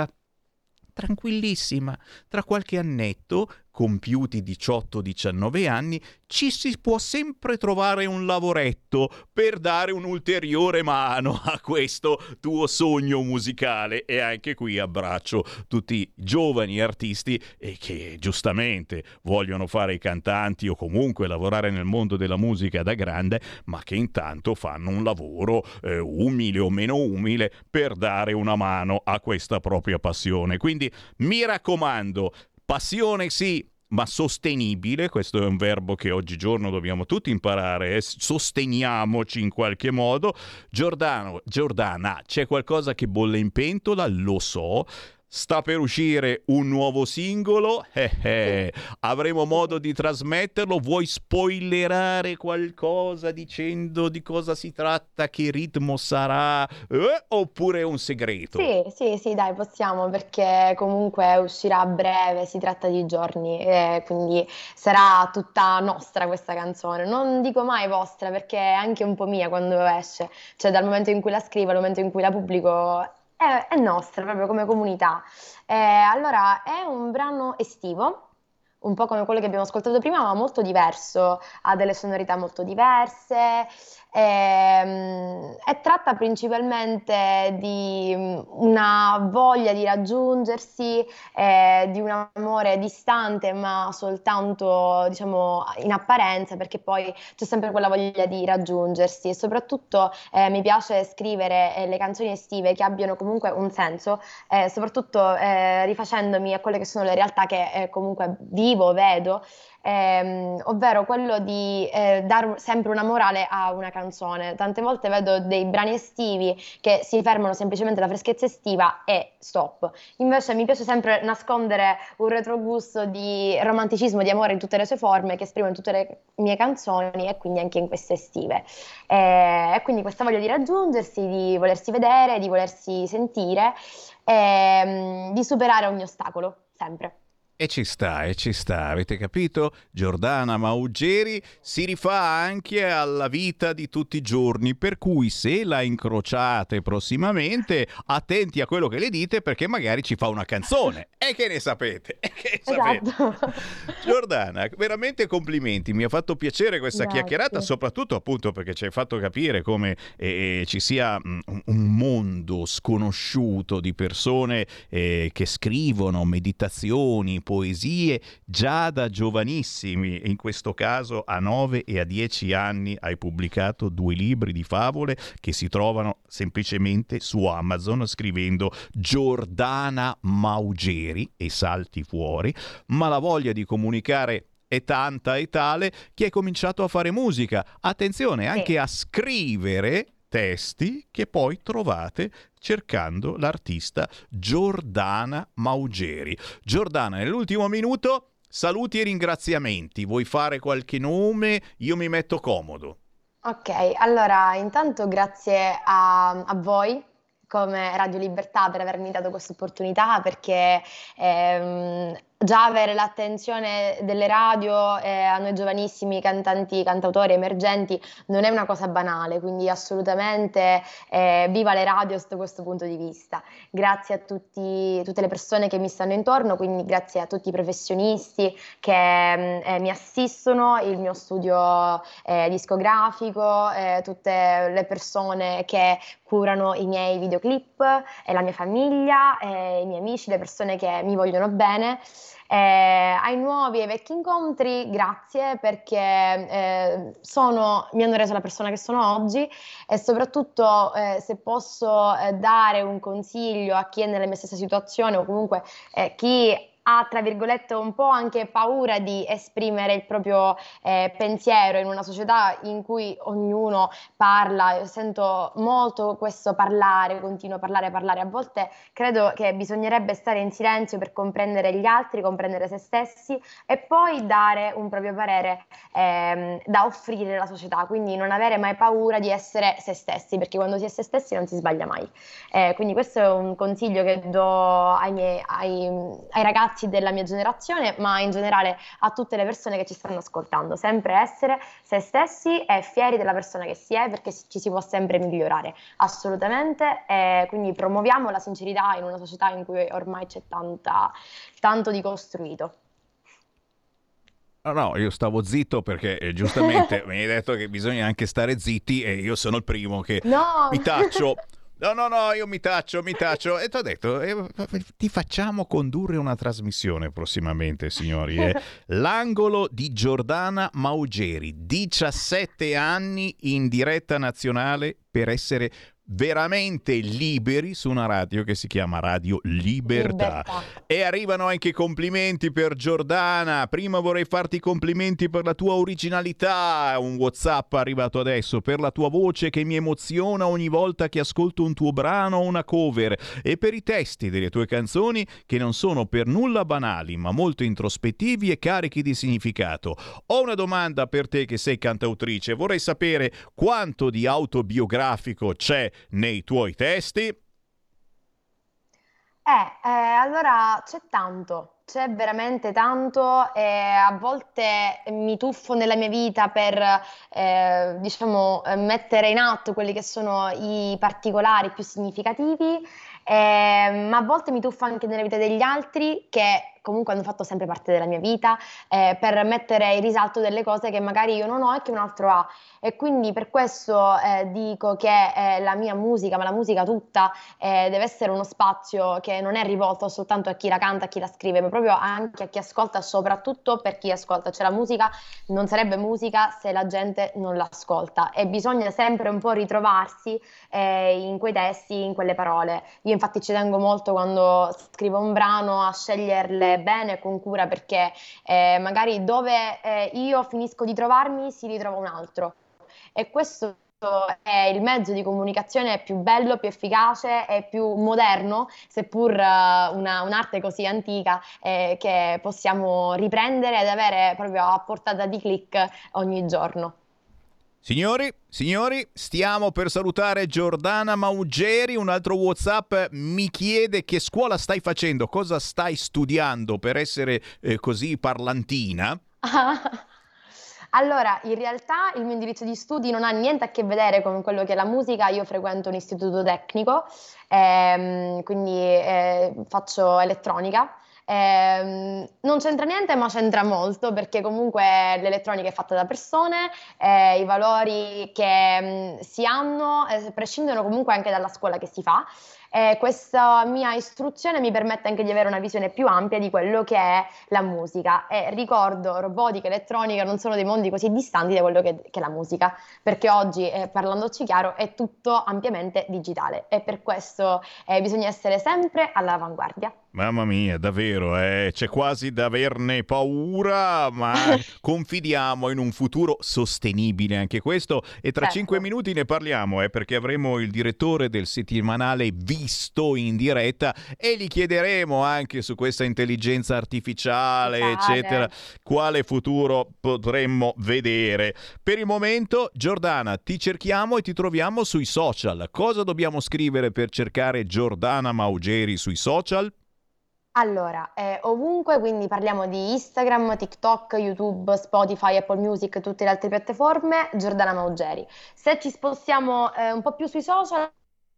tranquillissima, tra qualche annetto, compiuti diciotto diciannove anni, ci si può sempre trovare un lavoretto per dare un'ulteriore mano a questo tuo sogno musicale. E anche qui abbraccio tutti i giovani artisti e che giustamente vogliono fare i cantanti o comunque lavorare nel mondo della musica da grande, ma che intanto fanno un lavoro eh, umile o meno umile per dare una mano a questa propria passione. Quindi mi raccomando, passione sì, ma sostenibile. Questo è un verbo che oggigiorno dobbiamo tutti imparare, eh? Sosteniamoci in qualche modo. Giordano, Giordana, c'è qualcosa che bolle in pentola, lo so. Sta per uscire un nuovo singolo, eh eh. Avremo modo di trasmetterlo. Vuoi spoilerare qualcosa dicendo di cosa si tratta, che ritmo sarà, eh? Oppure è un segreto? Sì, sì, sì, dai, possiamo, perché comunque uscirà a breve, si tratta di giorni, eh, quindi sarà tutta nostra questa canzone. Non dico mai vostra, perché è anche un po' mia quando esce, cioè dal momento in cui la scrivo al momento in cui la pubblico È, è nostra, proprio come comunità. Eh, allora, è un brano estivo, un po' come quello che abbiamo ascoltato prima, ma molto diverso, ha delle sonorità molto diverse, ehm, è tratto tratta principalmente di una voglia di raggiungersi, eh, di un amore distante ma soltanto, diciamo, in apparenza, perché poi c'è sempre quella voglia di raggiungersi, e soprattutto eh, mi piace scrivere eh, le canzoni estive che abbiano comunque un senso, eh, soprattutto eh, rifacendomi a quelle che sono le realtà che eh, comunque vivo, vedo. Ehm, ovvero quello di eh, dare sempre una morale a una canzone. Tante volte vedo dei brani estivi che si fermano semplicemente alla freschezza estiva e stop. Invece mi piace sempre nascondere un retrogusto di romanticismo, di amore in tutte le sue forme, che esprimo in tutte le mie canzoni e quindi anche in queste estive. E, e quindi questa voglia di raggiungersi, di volersi vedere, di volersi sentire, e, di superare ogni ostacolo, sempre. E ci sta, e ci sta, avete capito? Giordana Maugeri si rifà anche alla vita di tutti i giorni, per cui se la incrociate prossimamente, attenti a quello che le dite, perché magari ci fa una canzone. E che ne sapete? E che sapete? Esatto. Giordana, veramente complimenti, mi ha fatto piacere questa Grazie. chiacchierata, soprattutto appunto perché ci hai fatto capire come eh, ci sia mm, un mondo sconosciuto di persone eh, che scrivono meditazioni, poesie già da giovanissimi. In questo caso a nove e a dieci anni hai pubblicato due libri di favole che si trovano semplicemente su Amazon scrivendo Giordana Maugeri e salti fuori, ma la voglia di comunicare è tanta e tale che hai cominciato a fare musica, attenzione anche Sì. a scrivere testi che poi trovate cercando l'artista Giordana Maugeri. Giordana, nell'ultimo minuto, saluti e ringraziamenti. Vuoi fare qualche nome? Io mi metto comodo. Ok, allora intanto grazie a, a voi come Radio Libertà per avermi dato questa opportunità, perché ehm, già avere l'attenzione delle radio eh, a noi giovanissimi cantanti, cantautori emergenti non è una cosa banale, quindi assolutamente eh, viva le radio sotto questo punto di vista. Grazie a tutti, tutte le persone che mi stanno intorno, quindi grazie a tutti i professionisti che eh, mi assistono, il mio studio eh, discografico, eh, tutte le persone che curano i miei videoclip, e la mia famiglia, e i miei amici, le persone che mi vogliono bene. Eh, ai nuovi e ai vecchi incontri, grazie, perché eh, sono, mi hanno reso la persona che sono oggi, e soprattutto eh, se posso eh, dare un consiglio a chi è nella mia stessa situazione, o comunque eh, chi ha, tra virgolette, un po' anche paura di esprimere il proprio eh, pensiero in una società in cui ognuno parla. Io sento molto questo parlare, continuo a parlare, parlare. A volte credo che bisognerebbe stare in silenzio per comprendere gli altri, comprendere se stessi, e poi dare un proprio parere ehm, da offrire alla società. Quindi non avere mai paura di essere se stessi, perché quando si è se stessi non si sbaglia mai. Eh, quindi questo è un consiglio che do ai, miei, ai, ai ragazzi della mia generazione, ma in generale a tutte le persone che ci stanno ascoltando: sempre essere se stessi e fieri della persona che si è, perché ci si può sempre migliorare, assolutamente. E quindi promuoviamo la sincerità in una società in cui ormai c'è tanta, tanto di costruito. No, no, io stavo zitto perché eh, giustamente mi hai detto che bisogna anche stare zitti, e io sono il primo che No! mi taccio. No, no, no, io mi taccio, mi taccio. E ti ho detto, eh, ti facciamo condurre una trasmissione prossimamente, signori. Eh. L'angolo di Giordana Maugeri, diciassette anni in diretta nazionale per essere veramente liberi su una radio che si chiama Radio Libertà. Libertà. E arrivano anche complimenti per Giordana. Prima vorrei farti i complimenti per la tua originalità, un WhatsApp arrivato adesso, per la tua voce che mi emoziona ogni volta che ascolto un tuo brano o una cover, e per i testi delle tue canzoni che non sono per nulla banali ma molto introspettivi e carichi di significato. Ho una domanda per te che sei cantautrice, vorrei sapere quanto di autobiografico c'è nei tuoi testi? Eh, eh, allora c'è tanto, c'è veramente tanto, e a volte mi tuffo nella mia vita per, eh, diciamo, mettere in atto quelli che sono i particolari più significativi, eh, ma a volte mi tuffo anche nella vita degli altri che comunque hanno fatto sempre parte della mia vita, eh, per mettere in risalto delle cose che magari io non ho e che un altro ha. E quindi per questo eh, dico che eh, la mia musica, ma la musica tutta, eh, deve essere uno spazio che non è rivolto soltanto a chi la canta, a chi la scrive, ma proprio anche a chi ascolta, soprattutto per chi ascolta. Cioè la musica non sarebbe musica se la gente non l'ascolta, e bisogna sempre un po' ritrovarsi eh, in quei testi, in quelle parole. Io infatti ci tengo molto, quando scrivo un brano, a sceglierle bene e con cura, perché eh, magari dove eh, io finisco di trovarmi si ritrova un altro. E questo è il mezzo di comunicazione più bello, più efficace e più moderno, seppur uh, una, un'arte così antica, eh, che possiamo riprendere ed avere proprio a portata di click ogni giorno. Signori, signori, stiamo per salutare Giordana Maugeri. Un altro WhatsApp mi chiede che scuola stai facendo, cosa stai studiando per essere eh, così parlantina? Allora, in realtà il mio indirizzo di studi non ha niente a che vedere con quello che è la musica. Io frequento un istituto tecnico, ehm, quindi eh, faccio elettronica. Eh, non c'entra niente, ma c'entra molto, perché comunque l'elettronica è fatta da persone, eh, i valori che mh, si hanno eh, prescindono comunque anche dalla scuola che si fa. E questa mia istruzione mi permette anche di avere una visione più ampia di quello che è la musica, e ricordo, robotica, elettronica non sono dei mondi così distanti da quello che, che è la musica, perché oggi, eh, parlandoci chiaro, è tutto ampiamente digitale, e per questo eh, bisogna essere sempre all'avanguardia. Mamma mia, davvero, eh? C'è quasi da averne paura, ma confidiamo in un futuro sostenibile anche questo, e tra Certo. cinque minuti ne parliamo, eh, perché avremo il direttore del settimanale Visto in diretta e gli chiederemo anche su questa intelligenza artificiale, Vale. eccetera, quale futuro potremmo vedere. Per il momento, Giordana, ti cerchiamo e ti troviamo sui social. Cosa dobbiamo scrivere per cercare Giordana Maugeri sui social? Allora, eh, ovunque, quindi parliamo di Instagram, TikTok, YouTube, Spotify, Apple Music, tutte le altre piattaforme, Giordana Maugeri. Se ci spostiamo eh, un po' più sui social,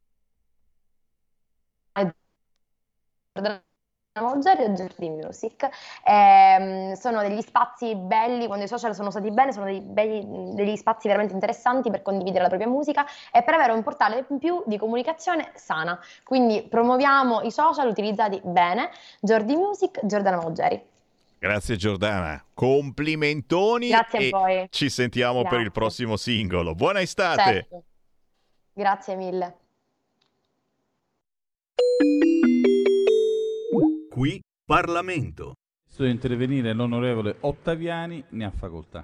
Giordana Maugeri o Jordi Music. Ehm, sono degli spazi belli, quando i social sono stati bene, sono dei belli- degli spazi veramente interessanti per condividere la propria musica e per avere un portale in più di comunicazione sana. Quindi promuoviamo i social utilizzati bene. Jordi Music, Giordana Maugeri. Grazie Giordana, complimentoni. Grazie a e voi. ci sentiamo per Grazie. il prossimo singolo. Buona estate. Certo. Grazie mille. Qui Parlamento. Sto di intervenire l'onorevole Ottaviani, ne ha facoltà.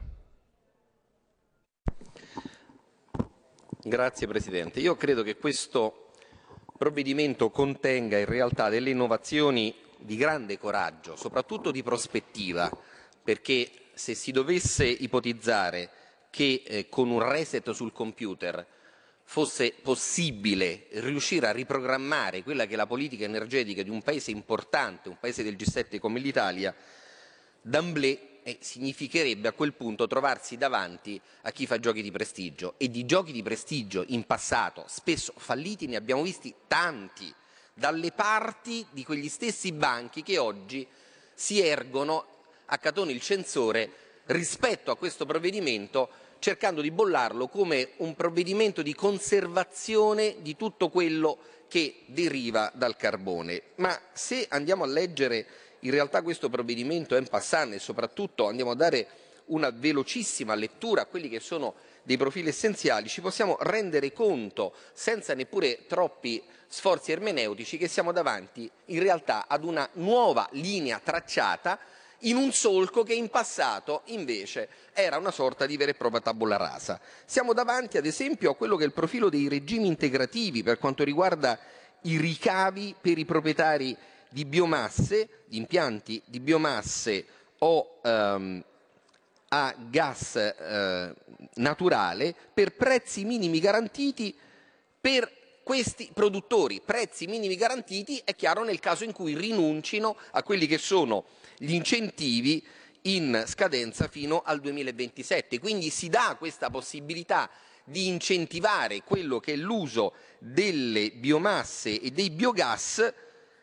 Grazie Presidente. Io credo che questo provvedimento contenga in realtà delle innovazioni di grande coraggio, soprattutto di prospettiva, perché se si dovesse ipotizzare che eh, con un reset sul computer fosse possibile riuscire a riprogrammare quella che è la politica energetica di un paese importante, un paese del G sette come l'Italia, d'emblée eh, significherebbe a quel punto trovarsi davanti a chi fa giochi di prestigio, e di giochi di prestigio in passato, spesso falliti, ne abbiamo visti tanti, dalle parti di quegli stessi banchi che oggi si ergono a catone il censore rispetto a questo provvedimento, cercando di bollarlo come un provvedimento di conservazione di tutto quello che deriva dal carbone. Ma se andiamo a leggere in realtà questo provvedimento en passant e soprattutto andiamo a dare una velocissima lettura a quelli che sono dei profili essenziali, ci possiamo rendere conto, senza neppure troppi sforzi ermeneutici, che siamo davanti in realtà ad una nuova linea tracciata in un solco che in passato invece era una sorta di vera e propria tabula rasa. Siamo davanti ad esempio a quello che è il profilo dei regimi integrativi per quanto riguarda i ricavi per i proprietari di biomasse, di impianti di biomasse o ehm, a gas eh, naturale, per prezzi minimi garantiti per questi produttori. Prezzi minimi garantiti, è chiaro, nel caso in cui rinuncino a quelli che sono gli incentivi in scadenza fino al duemilaventisette. Quindi si dà questa possibilità di incentivare quello che è l'uso delle biomasse e dei biogas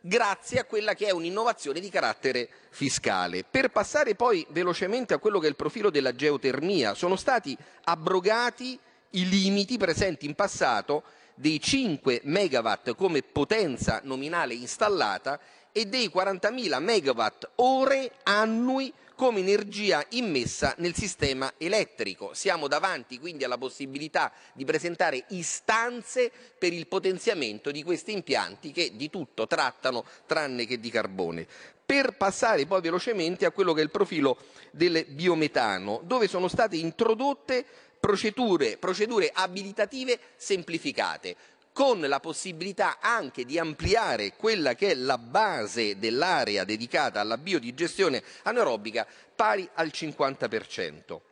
grazie a quella che è un'innovazione di carattere fiscale. Per passare poi velocemente a quello che è il profilo della geotermia, sono stati abrogati i limiti presenti in passato dei cinque megawatt come potenza nominale installata e dei quarantamila megawatt ore annui come energia immessa nel sistema elettrico. Siamo davanti quindi alla possibilità di presentare istanze per il potenziamento di questi impianti che di tutto trattano tranne che di carbone. Per passare poi velocemente a quello che è il profilo del biometano, dove sono state introdotte procedure, procedure abilitative semplificate, con la possibilità anche di ampliare quella che è la base dell'area dedicata alla biodigestione anaerobica pari al cinquanta per cento.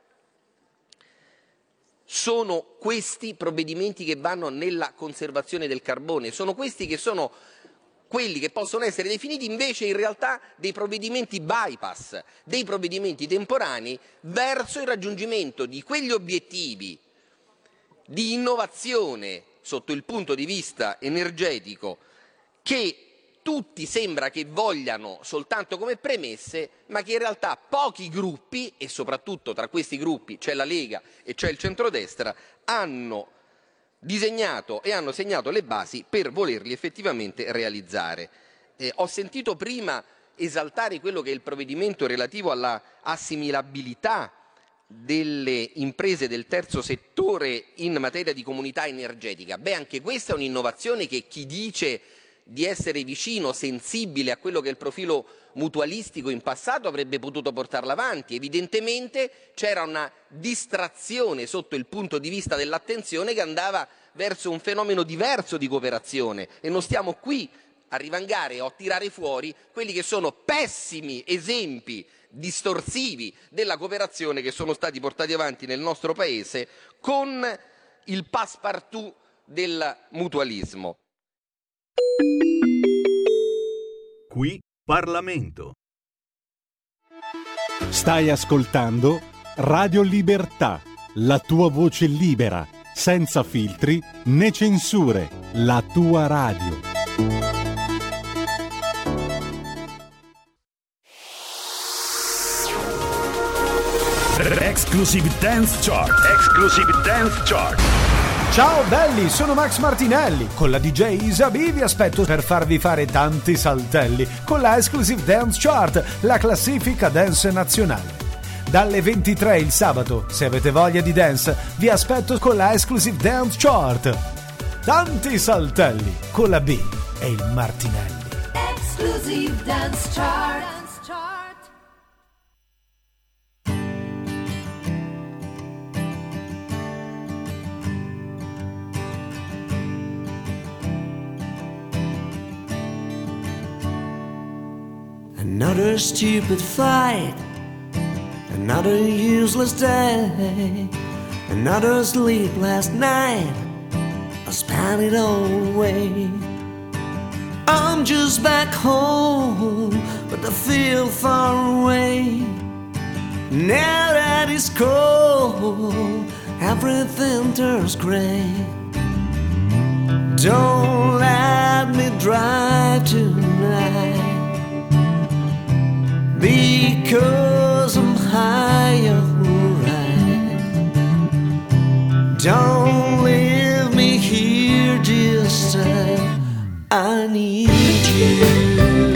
Sono questi provvedimenti che vanno nella conservazione del carbone, sono questi che sono quelli che possono essere definiti invece in realtà dei provvedimenti bypass, dei provvedimenti temporanei verso il raggiungimento di quegli obiettivi di innovazione sotto il punto di vista energetico che tutti sembra che vogliano soltanto come premesse, ma che in realtà pochi gruppi, e soprattutto tra questi gruppi c'è la Lega e c'è il centrodestra, hanno disegnato e hanno segnato le basi per volerli effettivamente realizzare. Eh, ho sentito prima esaltare quello che è il provvedimento relativo alla assimilabilità delle imprese del terzo settore in materia di comunità energetica. Beh, anche questa è un'innovazione che chi dice di essere vicino, sensibile a quello che è il profilo mutualistico in passato avrebbe potuto portarla avanti. Evidentemente c'era una distrazione sotto il punto di vista dell'attenzione che andava verso un fenomeno diverso di cooperazione e non stiamo qui a rivangare o a tirare fuori quelli che sono pessimi esempi distorsivi della cooperazione che sono stati portati avanti nel nostro Paese con il passepartout del mutualismo. Qui Parlamento. Stai ascoltando Radio Libertà, la tua voce libera, senza filtri né censure, la tua radio. Exclusive Dance Chart. Exclusive Dance Chart. Ciao belli, sono Max Martinelli. Con la D J Isabi vi aspetto per farvi fare tanti saltelli con la Exclusive Dance Chart, la classifica dance nazionale. Dalle ventitré il sabato, se avete voglia di dance, vi aspetto con la Exclusive Dance Chart. Tanti saltelli con la B e il Martinelli. Exclusive Dance Chart. Another stupid fight, another useless day, another sleepless night, I spent it all away. I'm just back home, but I feel far away. Now that it's cold, everything turns gray. Don't let me drive tonight, because I'm high on right. Don't leave me here, just uh, I need you.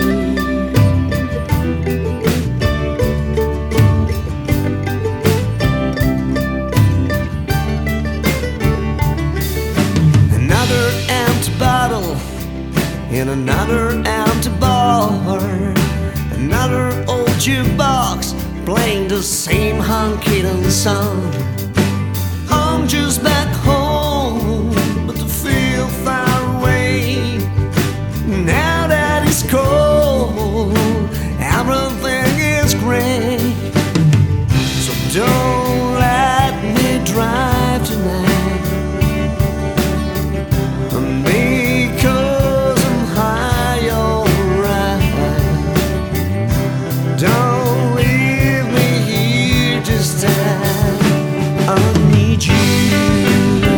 Another empty bottle in another empty bar, another old jukebox playing the same honky-tonk song. I'm just back home, but I feel far away. Now that it's cold, everything is gray. So don't let me drive tonight, because I'm high on right. Don't leave me here, just I need you.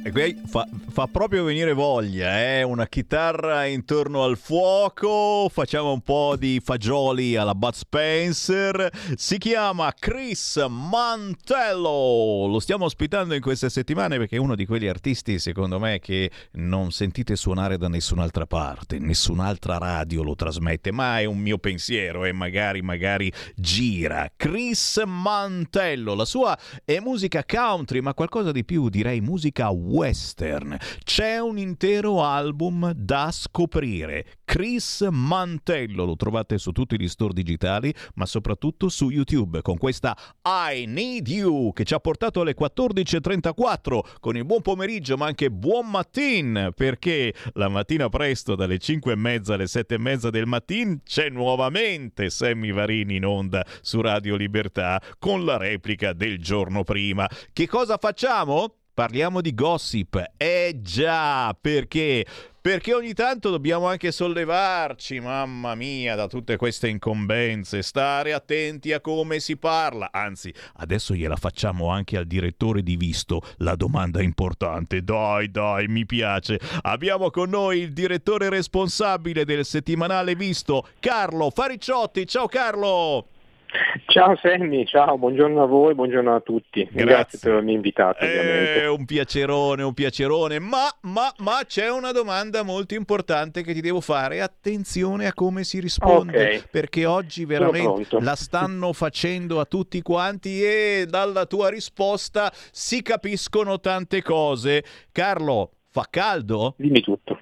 E qui fa, fa proprio venire voglia, eh? Una chitarra intorno al fuoco, facciamo un po' di fagioli alla Bud Spencer. Si chiama Chris Mantello, lo stiamo ospitando in queste settimane perché è uno di quegli artisti, secondo me, che non sentite suonare da nessun'altra parte, nessun'altra radio lo trasmette, ma è un mio pensiero e magari, magari gira. Chris Mantello, la sua è musica country, ma qualcosa di più, direi musica western. C'è un intero album da scoprire. Chris Mantello, lo trovate su tutti gli store digitali, ma soprattutto su YouTube, con questa I Need You che ci ha portato alle quattordici e trentaquattro con il buon pomeriggio, ma anche buon mattin, perché la mattina presto dalle cinque e mezza alle sette e mezza del mattino c'è nuovamente Sammy Varin in onda su Radio Libertà con la replica del giorno prima. Che cosa facciamo? Parliamo di gossip. Eh già, perché? Perché ogni tanto dobbiamo anche sollevarci, mamma mia, da tutte queste incombenze, stare attenti a come si parla. Anzi, adesso gliela facciamo anche al direttore di Visto, la domanda importante. Dai, dai, mi piace. Abbiamo con noi il direttore responsabile del settimanale Visto, Carlo Faricciotti. Ciao Carlo! Ciao Sammy, ciao, buongiorno a voi, buongiorno a tutti. Grazie, Grazie per avermi invitato. È un piacerone, un piacerone, ma, ma, ma c'è una domanda molto importante che ti devo fare. Attenzione a come si risponde, okay, perché oggi veramente la stanno facendo a tutti quanti e dalla tua risposta si capiscono tante cose. Carlo, fa caldo? Dimmi tutto.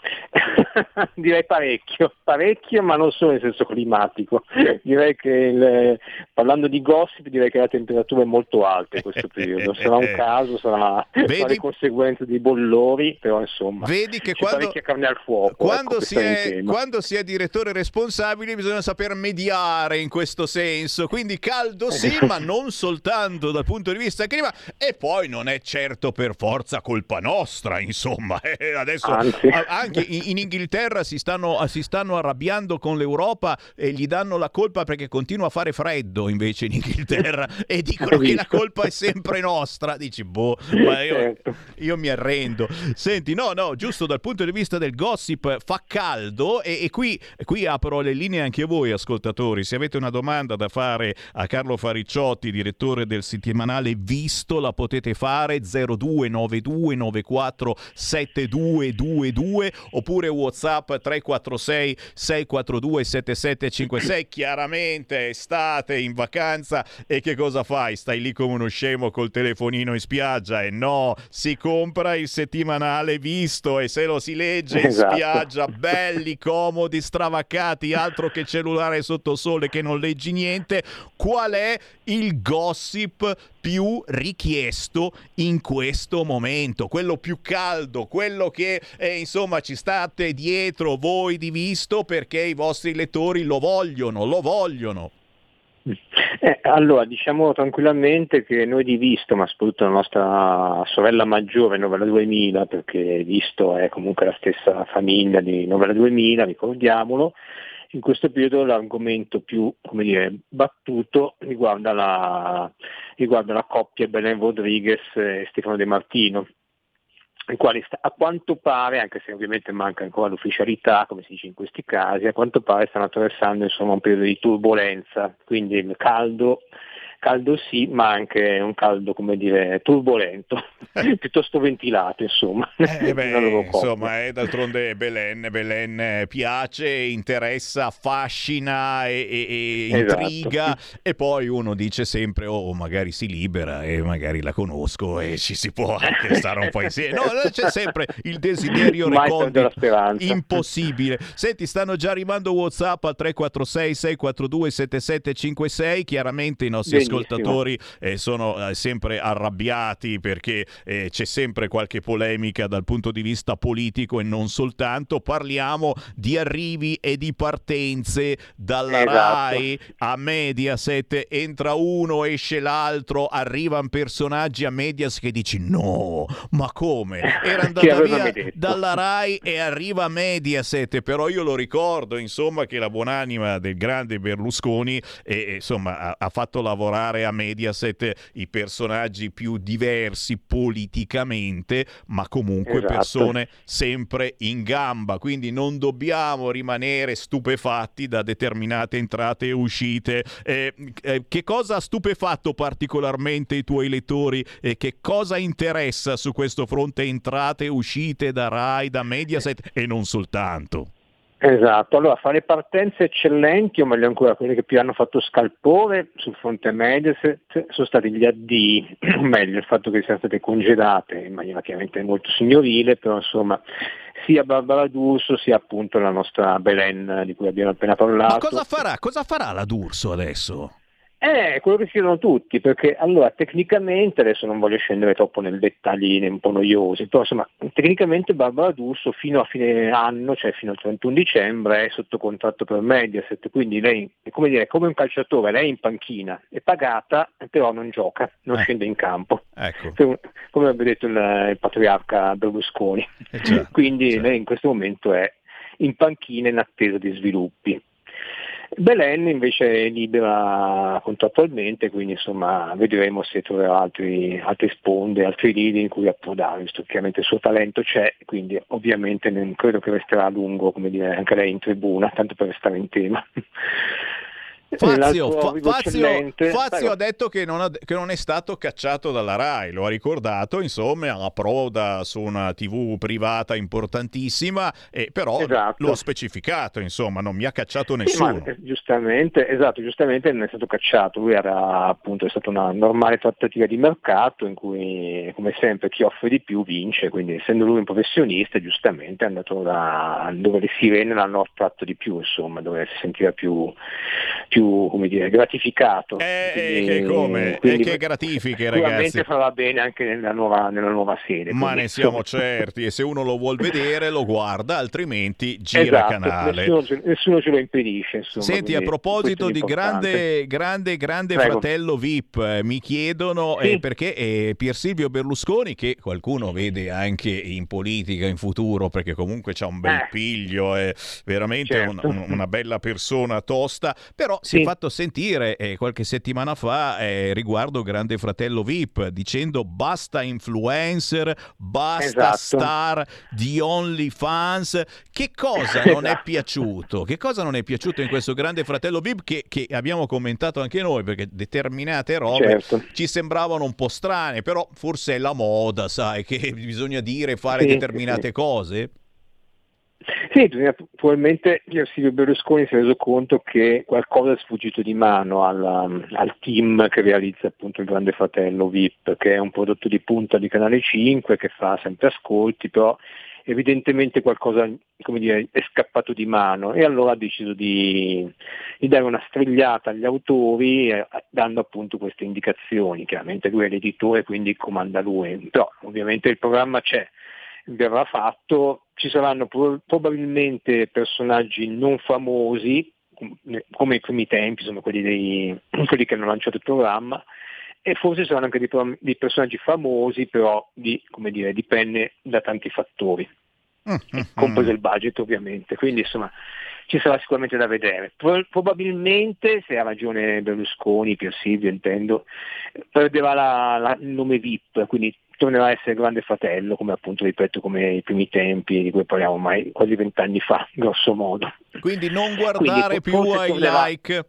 Direi parecchio, parecchio, ma non solo nel senso climatico. Direi che il, parlando di gossip, direi che la temperatura è molto alta in questo periodo. Sarà un caso, sarà, vedi, sarà le conseguenze dei bollori, però insomma. Vedi che c'è quando, parecchia carne al fuoco. Quando, ecco, si è, quando si è direttore responsabile bisogna saper mediare in questo senso. Quindi caldo sì, ma non soltanto dal punto di vista clima. E poi non è certo per forza colpa nostra, insomma. Eh, adesso Anzi. anche in, in Inghilterra si stanno, si stanno arrabbiando con l'Europa e gli danno la colpa perché continua a fare freddo invece in Inghilterra e dicono che la colpa è sempre nostra. Dici, boh, ma io, io mi arrendo. Senti, no, no, giusto dal punto di vista del gossip fa caldo e, e qui, qui apro le linee anche a voi ascoltatori. Se avete una domanda da fare a Carlo Faricciotti, direttore del settimanale Visto, la potete fare zero due nove due nove quattro sette due due due oppure WhatsApp tre quattro sei sei quattro due sette sette cinque sei. Chiaramente estate, in vacanza, e che cosa fai? Stai lì come uno scemo col telefonino in spiaggia? E no, si compra il settimanale Visto e se lo si legge, esatto, in spiaggia, belli, comodi, stravaccati, altro che cellulare sotto sole che non leggi niente. Qual è il gossip più richiesto in questo momento, quello più caldo, quello che eh, insomma ci state dietro voi di Visto perché i vostri lettori lo vogliono, lo vogliono? Eh, allora, diciamo tranquillamente che noi di Visto, ma soprattutto la nostra sorella maggiore Novella duemila, perché Visto è comunque la stessa famiglia di Novella duemila, ricordiamolo, in questo periodo l'argomento più, come dire, battuto riguarda la, riguarda la coppia Belen Rodriguez e Stefano De Martino, i quali a quanto pare, anche se ovviamente manca ancora l'ufficialità, come si dice in questi casi, a quanto pare stanno attraversando insomma un periodo di turbolenza, quindi il caldo, caldo sì, ma anche un caldo, come dire, turbolento, piuttosto ventilato, insomma. Eh beh, insomma, è d'altronde Belen, Belen piace, interessa, affascina e, e, e intriga, esatto, e poi uno dice sempre, oh, magari si libera e magari la conosco e ci si può anche stare un po' insieme. No, c'è sempre il desiderio recondito, impossibile. Senti, stanno già arrivando WhatsApp al tre quattro sei sei quattro due sette sette cinque sei, chiaramente i nostri Benissimo. ascoltatori eh, sono eh, sempre arrabbiati perché eh, c'è sempre qualche polemica dal punto di vista politico e non soltanto. Parliamo di arrivi e di partenze dalla esatto. Rai a Mediaset, entra uno, esce l'altro, arrivano personaggi a Mediaset che dici no, ma come? Era andata via dalla Rai e arriva a Mediaset, però io lo ricordo insomma che la buonanima del grande Berlusconi eh, insomma ha, ha fatto lavorare portare a Mediaset i personaggi più diversi politicamente, ma comunque Esatto. persone sempre in gamba, quindi non dobbiamo rimanere stupefatti da determinate entrate e uscite. Eh, eh, che cosa ha stupefatto particolarmente i tuoi lettori e che cosa interessa su questo fronte entrate e uscite da Rai, da Mediaset e non soltanto? Esatto, allora fare partenze eccellenti, o meglio ancora quelle che più hanno fatto scalpore sul fronte Mediaset sono stati gli addii, o meglio il fatto che siano state congedate in maniera chiaramente molto signorile, però insomma sia Barbara D'Urso sia appunto la nostra Belen di cui abbiamo appena parlato. Ma cosa farà? Cosa farà la D'Urso adesso? Eh, quello che si chiedono tutti, perché allora tecnicamente, adesso non voglio scendere troppo nel dettaglino un po' noiosi, però insomma tecnicamente Barbara D'Urso fino a fine anno, cioè fino al trentuno dicembre, è sotto contratto per Mediaset, quindi lei è come dire, come un calciatore, lei è in panchina, è pagata, però non gioca, non eh. scende in campo, ecco. come avrebbe detto il, il patriarca Berlusconi, eh già, quindi già. lei in questo momento è in panchina in attesa di sviluppi. Belen invece è libera contrattualmente, quindi insomma vedremo se troverà altri, altre sponde, altri lidi in cui approdare, visto che chiaramente il suo talento c'è, quindi ovviamente non credo che resterà a lungo, come dire, anche lei in tribuna, tanto per restare in tema. Fazio, Fa- Fazio, eccellente. Fazio ha detto che non, ha, che non è stato cacciato dalla Rai, lo ha ricordato, insomma, a Proda su una tivù privata importantissima, e però esatto. lo ha specificato, insomma, non mi ha cacciato nessuno. Sì, ma, giustamente, esatto, giustamente non è stato cacciato, lui era appunto, è stata una normale trattativa di mercato in cui, come sempre, chi offre di più vince, quindi essendo lui un professionista, giustamente è andato da dove le sirene l'hanno attratto di più, insomma, dove si sentiva più, più come dire, gratificato. Eh, quindi, che come? quindi, e che gratifiche, sicuramente ragazzi. farà bene anche nella nuova, nella nuova sede. Ma quindi, ne siamo insomma. certi, e se uno lo vuol vedere lo guarda, altrimenti gira esatto, canale. Nessuno, nessuno ce lo impedisce. Insomma, Senti, a proposito di grande, grande, grande Prego. fratello V I P, eh, mi chiedono sì. eh, perché eh, Pier Silvio Berlusconi, che qualcuno vede anche in politica in futuro, perché comunque c'ha un bel eh. piglio, è veramente certo. un, un, una bella persona tosta, però si sì. è fatto sentire eh, qualche settimana fa eh, riguardo Grande Fratello V I P, dicendo basta influencer, basta esatto. star di OnlyFans. Che cosa non esatto. è piaciuto? Che cosa non è piaciuto in questo Grande Fratello V I P che, che abbiamo commentato anche noi, perché determinate robe certo. ci sembravano un po' strane, però forse è la moda, sai, che bisogna dire e fare sì, determinate sì. cose. Sì, probabilmente Silvio Berlusconi si è reso conto che qualcosa è sfuggito di mano alla, al team che realizza appunto il Grande Fratello V I P, che è un prodotto di punta di Canale cinque che fa sempre ascolti, però evidentemente qualcosa, come dire, è scappato di mano, e allora ha deciso di, di dare una strigliata agli autori eh, dando appunto queste indicazioni. Chiaramente lui è l'editore, quindi comanda lui, però ovviamente il programma c'è, verrà fatto, ci saranno pro- probabilmente personaggi non famosi come i primi tempi, insomma quelli, dei, quelli che hanno lanciato il programma, e forse saranno anche dei, pro- dei personaggi famosi, però di, come dire, dipende da tanti fattori, mm-hmm. compreso il budget ovviamente, quindi insomma ci sarà sicuramente da vedere. Pro- probabilmente, se ha ragione Berlusconi, Pier Silvio intendo, perderà la, la, il nome V I P, quindi tornerà a essere Grande Fratello, come appunto, ripeto, come i primi tempi di cui parliamo ormai quasi vent'anni fa, grosso modo. Quindi non guardare Quindi, più ai tornerà... like.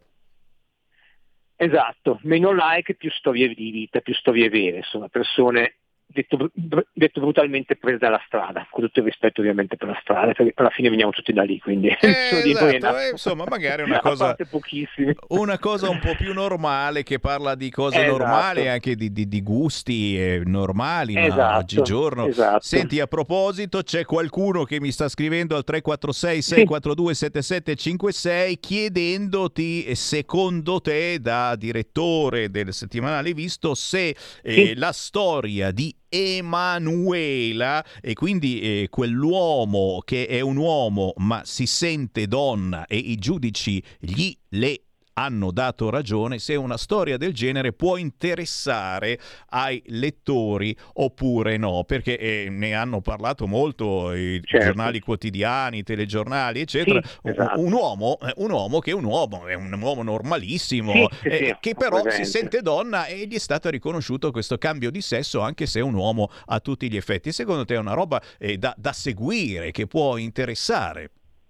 Esatto, meno like, più storie di vita, più storie vere, insomma, persone detto, detto brutalmente prese dalla strada, con tutto il rispetto ovviamente per la strada, perché alla fine veniamo tutti da lì, quindi eh, esatto, eh, insomma magari una cosa una cosa un po' più normale, che parla di cose esatto. normali, anche di, di, di gusti eh, normali, esatto, ma oggigiorno esatto. Senti, a proposito, c'è qualcuno che mi sta scrivendo al tre quattro sei sei quattro due sette sette cinque sei chiedendoti, secondo te, da direttore del settimanale Visto, se eh, sì. la storia di Emanuela, e quindi eh, quell'uomo che è un uomo ma si sente donna e i giudici gli le hanno dato ragione se una storia del genere può interessare ai lettori oppure no, perché eh, ne hanno parlato molto i certo. giornali quotidiani, i telegiornali, eccetera. Sì, esatto. un, un uomo, un uomo che è un uomo, è un uomo normalissimo, sì, sì, eh, sì, che però presente. si sente donna e gli è stato riconosciuto questo cambio di sesso, anche se è un uomo a tutti gli effetti. Secondo te è una roba eh, da, da seguire, che può interessare?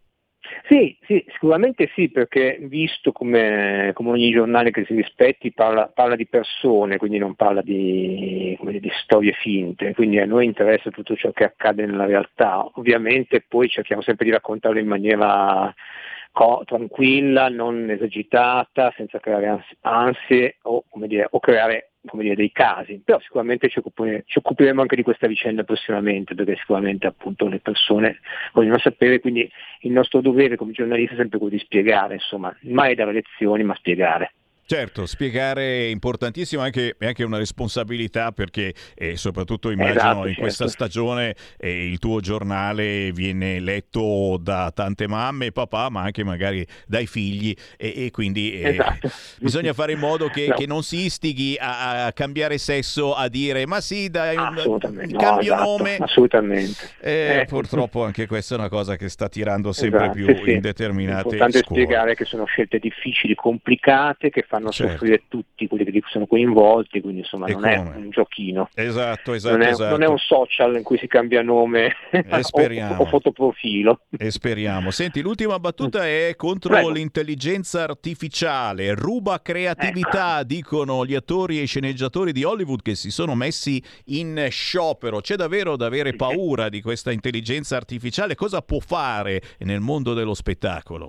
Sì, sì, sicuramente sì, perché visto come, come ogni giornale che si rispetti parla, parla di persone, quindi non parla di, come dire, di storie finte, quindi a noi interessa tutto ciò che accade nella realtà. Ovviamente poi cerchiamo sempre di raccontarlo in maniera co- tranquilla, non esagitata, senza creare ansie o, come dire, o creare come dire, dei casi, però sicuramente ci, occup- ci occuperemo anche di questa vicenda prossimamente, perché sicuramente appunto le persone vogliono sapere, quindi il nostro dovere come giornalisti è sempre quello di spiegare, insomma, mai dare lezioni ma spiegare. Certo, spiegare è importantissimo, anche, è anche una responsabilità, perché eh, soprattutto immagino esatto, in certo. questa stagione eh, il tuo giornale viene letto da tante mamme e papà, ma anche magari dai figli, e, e quindi eh, esatto. bisogna fare in modo che, no. che non si istighi a, a cambiare sesso, a dire ma sì dai, un, no, cambio esatto, nome. Assolutamente. Eh, eh. Purtroppo anche questa è una cosa che sta tirando sempre esatto, più sì, sì. in determinate L'importante scuole. è spiegare che sono scelte difficili, complicate, che fanno Certo. soffrire tutti quelli che sono coinvolti, quindi insomma E non come? è un giochino. Esatto, esatto, non, è, esatto. non è un social in cui si cambia nome E speriamo. o, o fotoprofilo. E speriamo. Senti, l'ultima battuta è contro Prego. l'intelligenza artificiale. Ruba creatività, ecco. dicono gli attori e i sceneggiatori di Hollywood, che si sono messi in sciopero. C'è davvero da avere paura di questa intelligenza artificiale? Cosa può fare nel mondo dello spettacolo?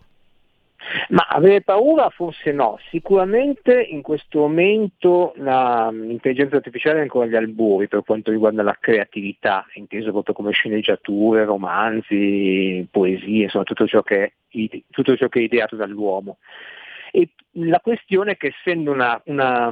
Ma avere paura forse no, sicuramente in questo momento la, l'intelligenza artificiale è ancora agli albori per quanto riguarda la creatività, inteso proprio come sceneggiature, romanzi, poesie, insomma tutto ciò che è, tutto ciò che è ideato dall'uomo. E la questione è che essendo una, una,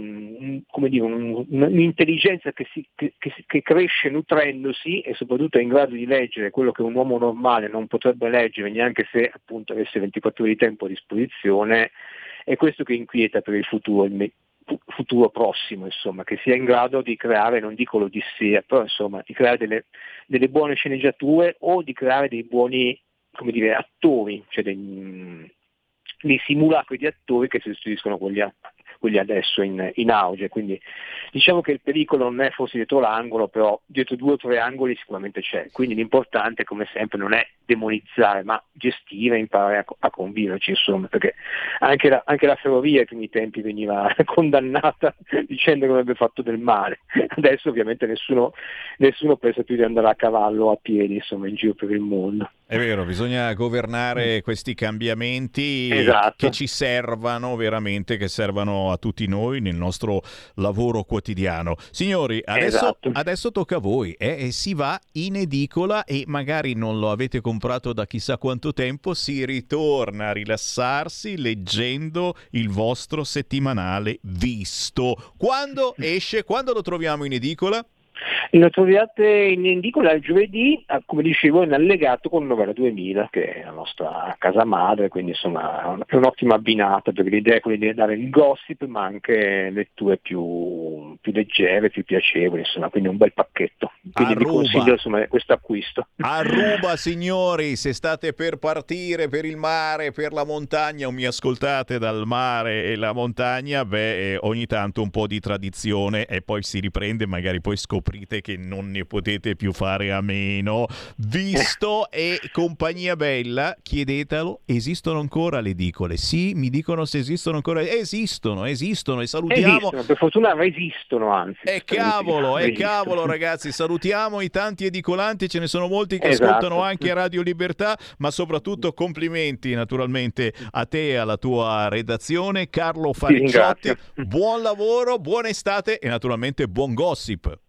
come dire, un, un'intelligenza che, si, che, che cresce nutrendosi e soprattutto è in grado di leggere quello che un uomo normale non potrebbe leggere neanche se appunto avesse ventiquattro ore di tempo a disposizione, è questo che inquieta per il futuro, il futuro prossimo, insomma, che sia in grado di creare, non dico l'odissea, però insomma di creare delle, delle buone sceneggiature o di creare dei buoni, come dire, attori, cioè dei dei simulacri di attori che sostituiscono quelli, a, quelli adesso in, in auge, quindi diciamo che il pericolo non è forse dietro l'angolo, però dietro due o tre angoli sicuramente c'è, quindi l'importante come sempre non è demonizzare ma gestire e imparare a, a conviverci, insomma, perché anche la, anche la ferrovia ai primi tempi veniva condannata dicendo che avrebbe fatto del male, adesso ovviamente nessuno, nessuno pensa più di andare a cavallo o a piedi, insomma, in giro per il mondo. È vero, bisogna governare questi cambiamenti, esatto. che ci servano veramente, che servano a tutti noi nel nostro lavoro quotidiano. Signori, adesso, esatto. adesso tocca a voi, eh? E si va in edicola e magari non lo avete comprato da chissà quanto tempo, si ritorna a rilassarsi leggendo il vostro settimanale Visto. Quando esce? Quando lo troviamo in edicola? Lo trovate in edicola il giovedì, come dicevo, in allegato con Novella duemila, che è la nostra casa madre, quindi insomma è un'ottima abbinata, perché l'idea è quella di dare il gossip ma anche letture più, più leggere, più piacevoli, insomma, quindi un bel pacchetto. Quindi vi consiglio insomma questo acquisto. Aruba, signori, se state per partire per il mare, per la montagna o mi ascoltate dal mare e la montagna, beh, eh, ogni tanto un po' di tradizione e poi si riprende, magari poi scoprite che non ne potete più fare a meno. Visto e compagnia bella, chiedetelo, esistono ancora le edicole? Sì, mi dicono se esistono ancora. Esistono, esistono e salutiamo. Esistono, per fortuna resistono, anzi. E cavolo, e esistono. cavolo ragazzi, salutiamo i tanti edicolanti, ce ne sono molti che esatto. ascoltano anche Radio Libertà, ma soprattutto complimenti naturalmente a te e alla tua redazione. Carlo Faricciotti, buon lavoro, buona estate e naturalmente buon gossip.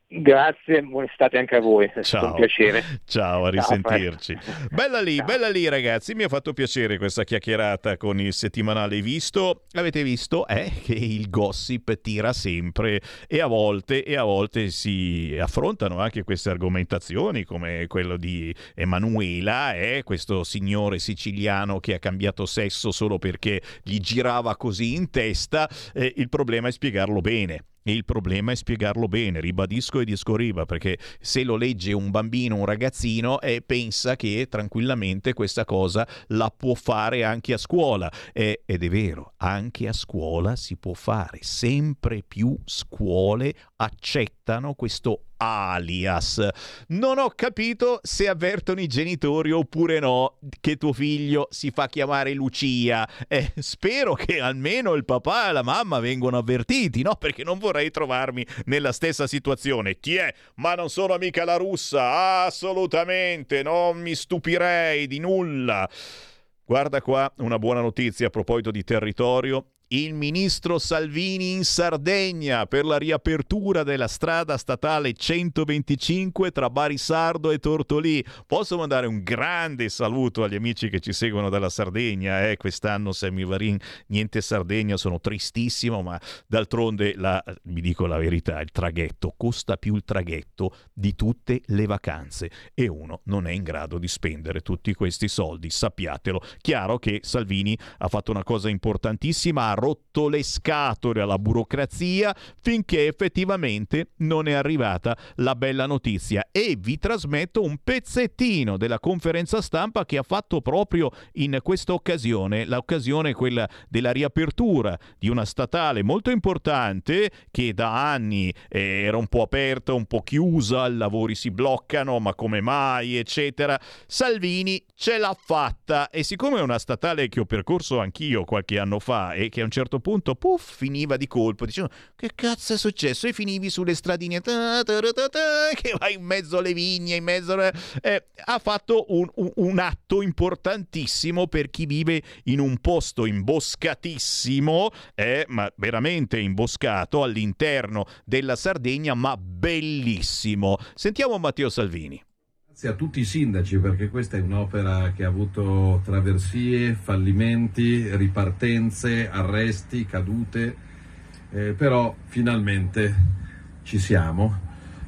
Grazie, buona estate anche a voi, è stato Ciao. un piacere. Ciao, a risentirci. Ciao. Bella lì, Ciao. bella lì ragazzi, mi ha fatto piacere questa chiacchierata con il settimanale Visto. Avete visto eh, che il gossip tira sempre e a volte e a volte si affrontano anche queste argomentazioni come quello di Emanuela, eh, questo signore siciliano che ha cambiato sesso solo perché gli girava così in testa. Eh, il problema è spiegarlo bene. E il problema è spiegarlo bene, ribadisco e discorriva, perché se lo legge un bambino, un ragazzino, e pensa che tranquillamente questa cosa la può fare anche a scuola. E, ed è vero, anche a scuola si può fare. Sempre più scuole accettano questo alias. Non ho capito se avvertono i genitori oppure no che tuo figlio si fa chiamare Lucia. Eh, spero che almeno il papà e la mamma vengano avvertiti, no? Perché non vorrei trovarmi nella stessa situazione. Tiè, ma non sono mica la russa, assolutamente, non mi stupirei di nulla. Guarda qua una buona notizia a proposito di territorio. Il ministro Salvini in Sardegna per la riapertura della strada statale centoventicinque tra Barisardo e Tortolì. Posso mandare un grande saluto agli amici che ci seguono dalla Sardegna. Eh? Quest'anno Sammy Varin, niente Sardegna, sono tristissimo, ma d'altronde, la, vi dico la verità, il traghetto costa più il traghetto di tutte le vacanze e uno non è in grado di spendere tutti questi soldi, sappiatelo. Chiaro che Salvini ha fatto una cosa importantissima, ha rotto le scatole alla burocrazia finché effettivamente non è arrivata la bella notizia, e vi trasmetto un pezzettino della conferenza stampa che ha fatto proprio in questa occasione, l'occasione quella della riapertura di una statale molto importante che da anni eh, era un po' aperta, un po' chiusa, i lavori si bloccano, ma come mai, eccetera. Salvini ce l'ha fatta, e siccome è una statale che ho percorso anch'io qualche anno fa e che a un certo punto puff finiva di colpo, dicevano che cazzo è successo, e finivi sulle stradine ta, ta, ta, ta, che vai in mezzo alle vigne, in mezzo alle... Eh, ha fatto un, un, un atto importantissimo per chi vive in un posto imboscatissimo, eh, ma veramente imboscato all'interno della Sardegna, ma bellissimo. Sentiamo Matteo Salvini. Grazie a tutti i sindaci, perché questa è un'opera che ha avuto traversie, fallimenti, ripartenze, arresti, cadute, eh, però finalmente ci siamo.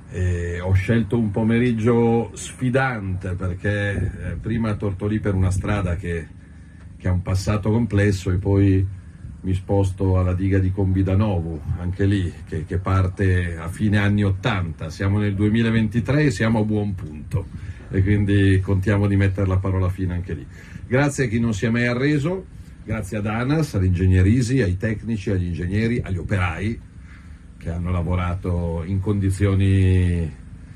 Eh, ho scelto un pomeriggio sfidante perché eh, prima a Tortolì per una strada che, che ha un passato complesso, e poi mi sposto alla diga di Combidanovo, anche lì, che, che parte a fine anni ottanta. Siamo nel duemilaventitré e siamo a buon punto, e quindi contiamo di mettere la parola fine anche lì. Grazie a chi non si è mai arreso, grazie ad ANAS, all'Ingegnerisi, ai tecnici, agli ingegneri, agli operai che hanno lavorato in condizioni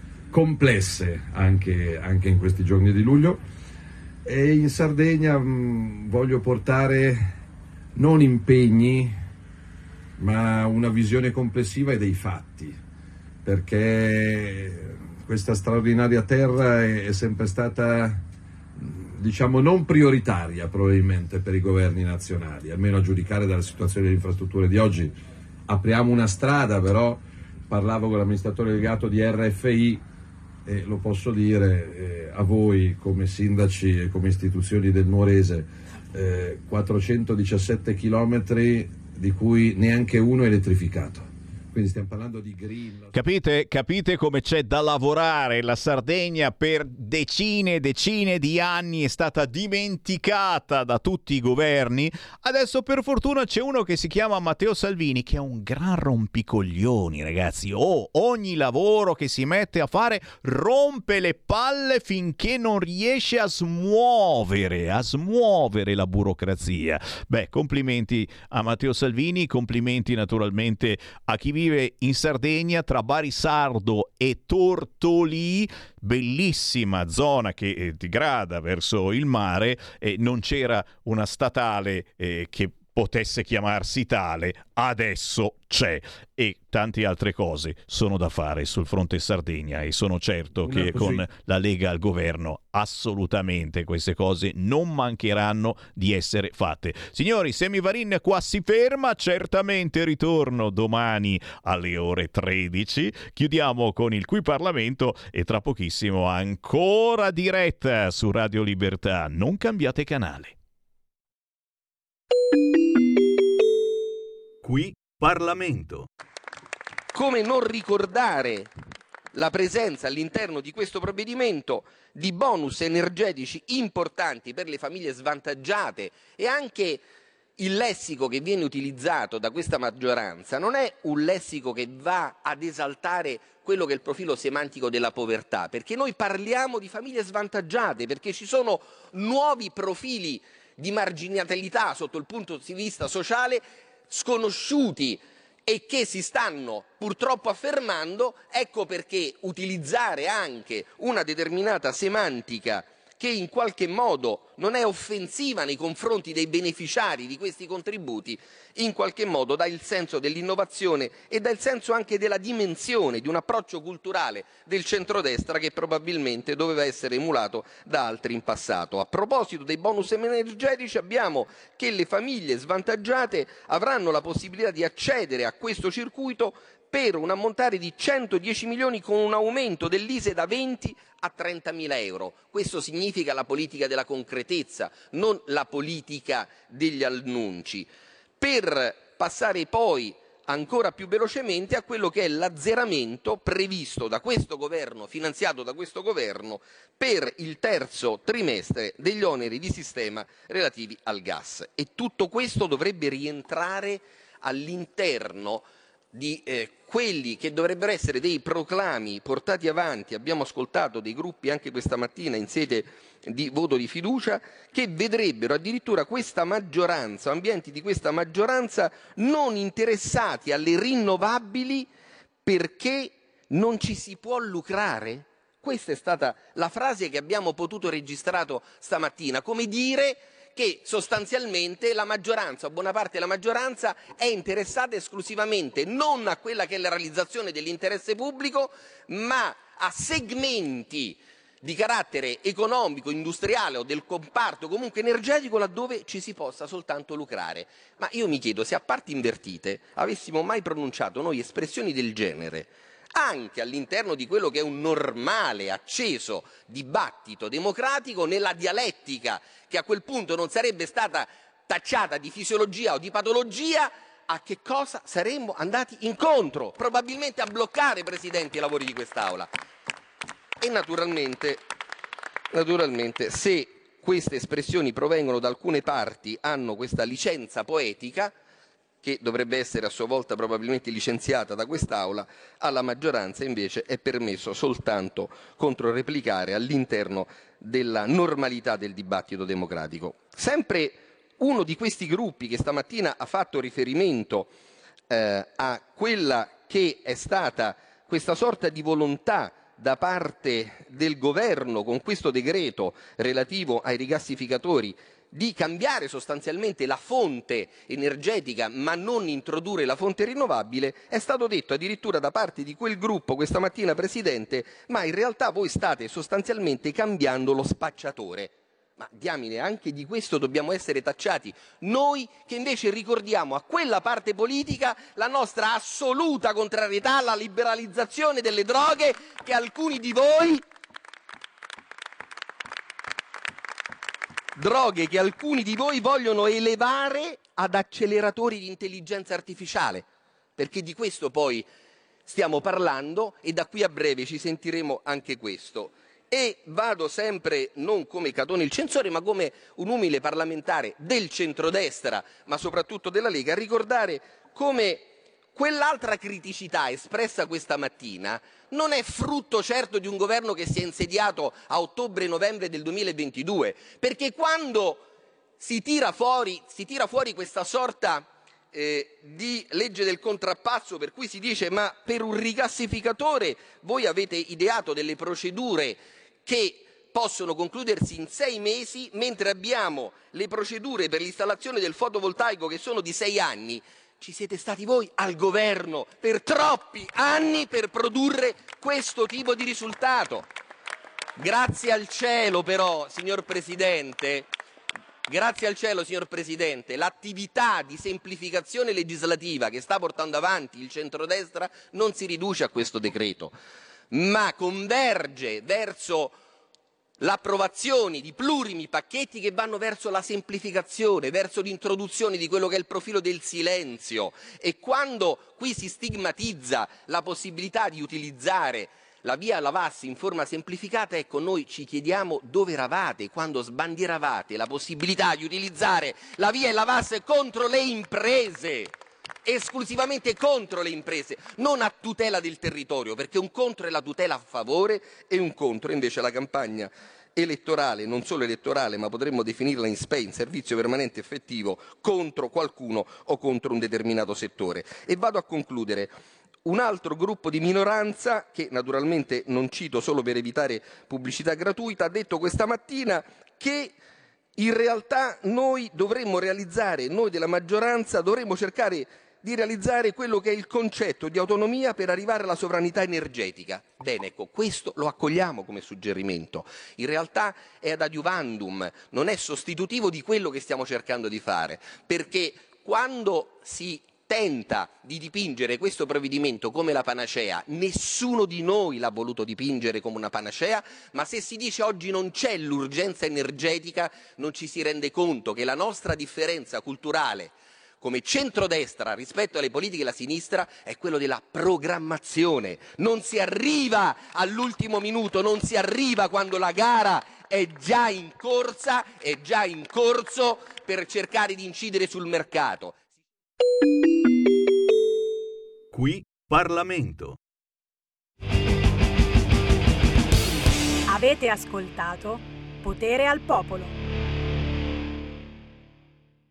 complesse anche, anche in questi giorni di luglio. E in Sardegna mh, voglio portare non impegni, ma una visione complessiva e dei fatti, perché questa straordinaria terra è, è sempre stata, diciamo, non prioritaria probabilmente per i governi nazionali, almeno a giudicare dalla situazione delle infrastrutture di oggi. Apriamo una strada, però parlavo con l'amministratore delegato di R F I e lo posso dire eh, a voi come sindaci e come istituzioni del Nuorese, eh, quattrocentodiciassette chilometri di cui neanche uno è elettrificato. Quindi stiamo parlando di green. Capite? Capite come c'è da lavorare? La Sardegna per decine e decine di anni è stata dimenticata da tutti i governi. Adesso per fortuna c'è uno che si chiama Matteo Salvini, che è un gran rompicoglioni, ragazzi. Oh, ogni lavoro che si mette a fare rompe le palle finché non riesce a smuovere, a smuovere la burocrazia. Beh, complimenti a Matteo Salvini, complimenti naturalmente a chi vive in Sardegna tra Barisardo e Tortolì, bellissima zona che eh, digrada verso il mare, e non c'era una statale eh, che potesse chiamarsi tale, adesso c'è, e tante altre cose sono da fare sul fronte Sardegna, e sono certo Una che così. con la Lega al governo assolutamente queste cose non mancheranno di essere fatte. Signori, Semivarin qua si ferma, certamente ritorno domani alle ore tredici, chiudiamo con il Qui Parlamento e tra pochissimo ancora diretta su Radio Libertà. Non cambiate canale. Qui Parlamento. Come non ricordare la presenza all'interno di questo provvedimento di bonus energetici importanti per le famiglie svantaggiate, e anche il lessico che viene utilizzato da questa maggioranza non è un lessico che va ad esaltare quello che è il profilo semantico della povertà, perché noi parliamo di famiglie svantaggiate, perché ci sono nuovi profili di marginalità sotto il punto di vista sociale sconosciuti e che si stanno purtroppo affermando. Ecco perché utilizzare anche una determinata semantica che in qualche modo non è offensiva nei confronti dei beneficiari di questi contributi, in qualche modo dà il senso dell'innovazione e dà il senso anche della dimensione di un approccio culturale del centrodestra che probabilmente doveva essere emulato da altri in passato. A proposito dei bonus energetici, abbiamo che le famiglie svantaggiate avranno la possibilità di accedere a questo circuito per un ammontare di centodieci milioni, con un aumento dell'I S E E da venti a trentamila euro. Questo significa la politica della concretezza, non la politica degli annunci. Per passare poi ancora più velocemente a quello che è l'azzeramento previsto da questo governo, finanziato da questo governo, per il terzo trimestre degli oneri di sistema relativi al gas. E tutto questo dovrebbe rientrare all'interno di eh, quelli che dovrebbero essere dei proclami portati avanti. Abbiamo ascoltato dei gruppi anche questa mattina in sede di voto di fiducia che vedrebbero addirittura questa maggioranza, ambienti di questa maggioranza, non interessati alle rinnovabili perché non ci si può lucrare. Questa è stata la frase che abbiamo potuto registrato stamattina, come dire che sostanzialmente la maggioranza, o buona parte della maggioranza, è interessata esclusivamente non a quella che è la realizzazione dell'interesse pubblico, ma a segmenti di carattere economico, industriale o del comparto comunque energetico laddove ci si possa soltanto lucrare. Ma io mi chiedo se a parti invertite avessimo mai pronunciato noi espressioni del genere anche all'interno di quello che è un normale, acceso dibattito democratico, nella dialettica che a quel punto non sarebbe stata tacciata di fisiologia o di patologia, a che cosa saremmo andati incontro? Probabilmente a bloccare, Presidente, i lavori di quest'Aula. E naturalmente, naturalmente, se queste espressioni provengono da alcune parti, hanno questa licenza poetica, che dovrebbe essere a sua volta probabilmente licenziata da quest'Aula, alla maggioranza invece è permesso soltanto controreplicare all'interno della normalità del dibattito democratico. Sempre uno di questi gruppi che stamattina ha fatto riferimento eh, a quella che è stata questa sorta di volontà da parte del governo con questo decreto relativo ai rigassificatori di cambiare sostanzialmente la fonte energetica ma non introdurre la fonte rinnovabile, è stato detto addirittura da parte di quel gruppo questa mattina, Presidente, ma in realtà voi state sostanzialmente cambiando lo spacciatore. Ma diamine, anche di questo dobbiamo essere tacciati. Noi che invece ricordiamo a quella parte politica la nostra assoluta contrarietà alla liberalizzazione delle droghe che alcuni di voi... droghe che alcuni di voi vogliono elevare ad acceleratori di intelligenza artificiale, perché di questo poi stiamo parlando e da qui a breve ci sentiremo anche questo. E vado sempre non come Catone il censore, ma come un umile parlamentare del centrodestra, ma soprattutto della Lega, a ricordare come quell'altra criticità espressa questa mattina non è frutto certo di un governo che si è insediato a ottobre-novembre del duemilaventidue, perché quando si tira fuori, si tira fuori questa sorta eh, di legge del contrappasso per cui si dice ma per un rigassificatore voi avete ideato delle procedure che possono concludersi in sei mesi, mentre abbiamo le procedure per l'installazione del fotovoltaico che sono di sei anni. Ci siete stati voi al governo per troppi anni per produrre questo tipo di risultato. Grazie al cielo però, signor Presidente, grazie al cielo, signor Presidente, l'attività di semplificazione legislativa che sta portando avanti il centrodestra non si riduce a questo decreto, ma converge verso l'approvazione di plurimi pacchetti che vanno verso la semplificazione, verso l'introduzione di quello che è il profilo del silenzio. E quando qui si stigmatizza la possibilità di utilizzare la via Lavass in forma semplificata, ecco, noi ci chiediamo dove eravate quando sbandieravate la possibilità di utilizzare la via Lavass contro le imprese, esclusivamente contro le imprese, non a tutela del territorio, perché un contro è la tutela a favore e un contro invece è la campagna elettorale, non solo elettorale, ma potremmo definirla in S P E, in servizio permanente effettivo, contro qualcuno o contro un determinato settore. E vado a concludere. Un altro gruppo di minoranza, che naturalmente non cito solo per evitare pubblicità gratuita, ha detto questa mattina che in realtà noi dovremmo realizzare, noi della maggioranza dovremmo cercare di realizzare quello che è il concetto di autonomia per arrivare alla sovranità energetica. Bene, ecco, questo lo accogliamo come suggerimento. In realtà è ad adiuvandum, non è sostitutivo di quello che stiamo cercando di fare, perché quando si tenta di dipingere questo provvedimento come la panacea, nessuno di noi l'ha voluto dipingere come una panacea, ma se si dice oggi non c'è l'urgenza energetica, non ci si rende conto che la nostra differenza culturale come centrodestra rispetto alle politiche della sinistra è quello della programmazione. Non si arriva all'ultimo minuto, non si arriva quando la gara è già in corsa, è già in corso per cercare di incidere sul mercato. Qui Parlamento. Avete ascoltato Potere al Popolo.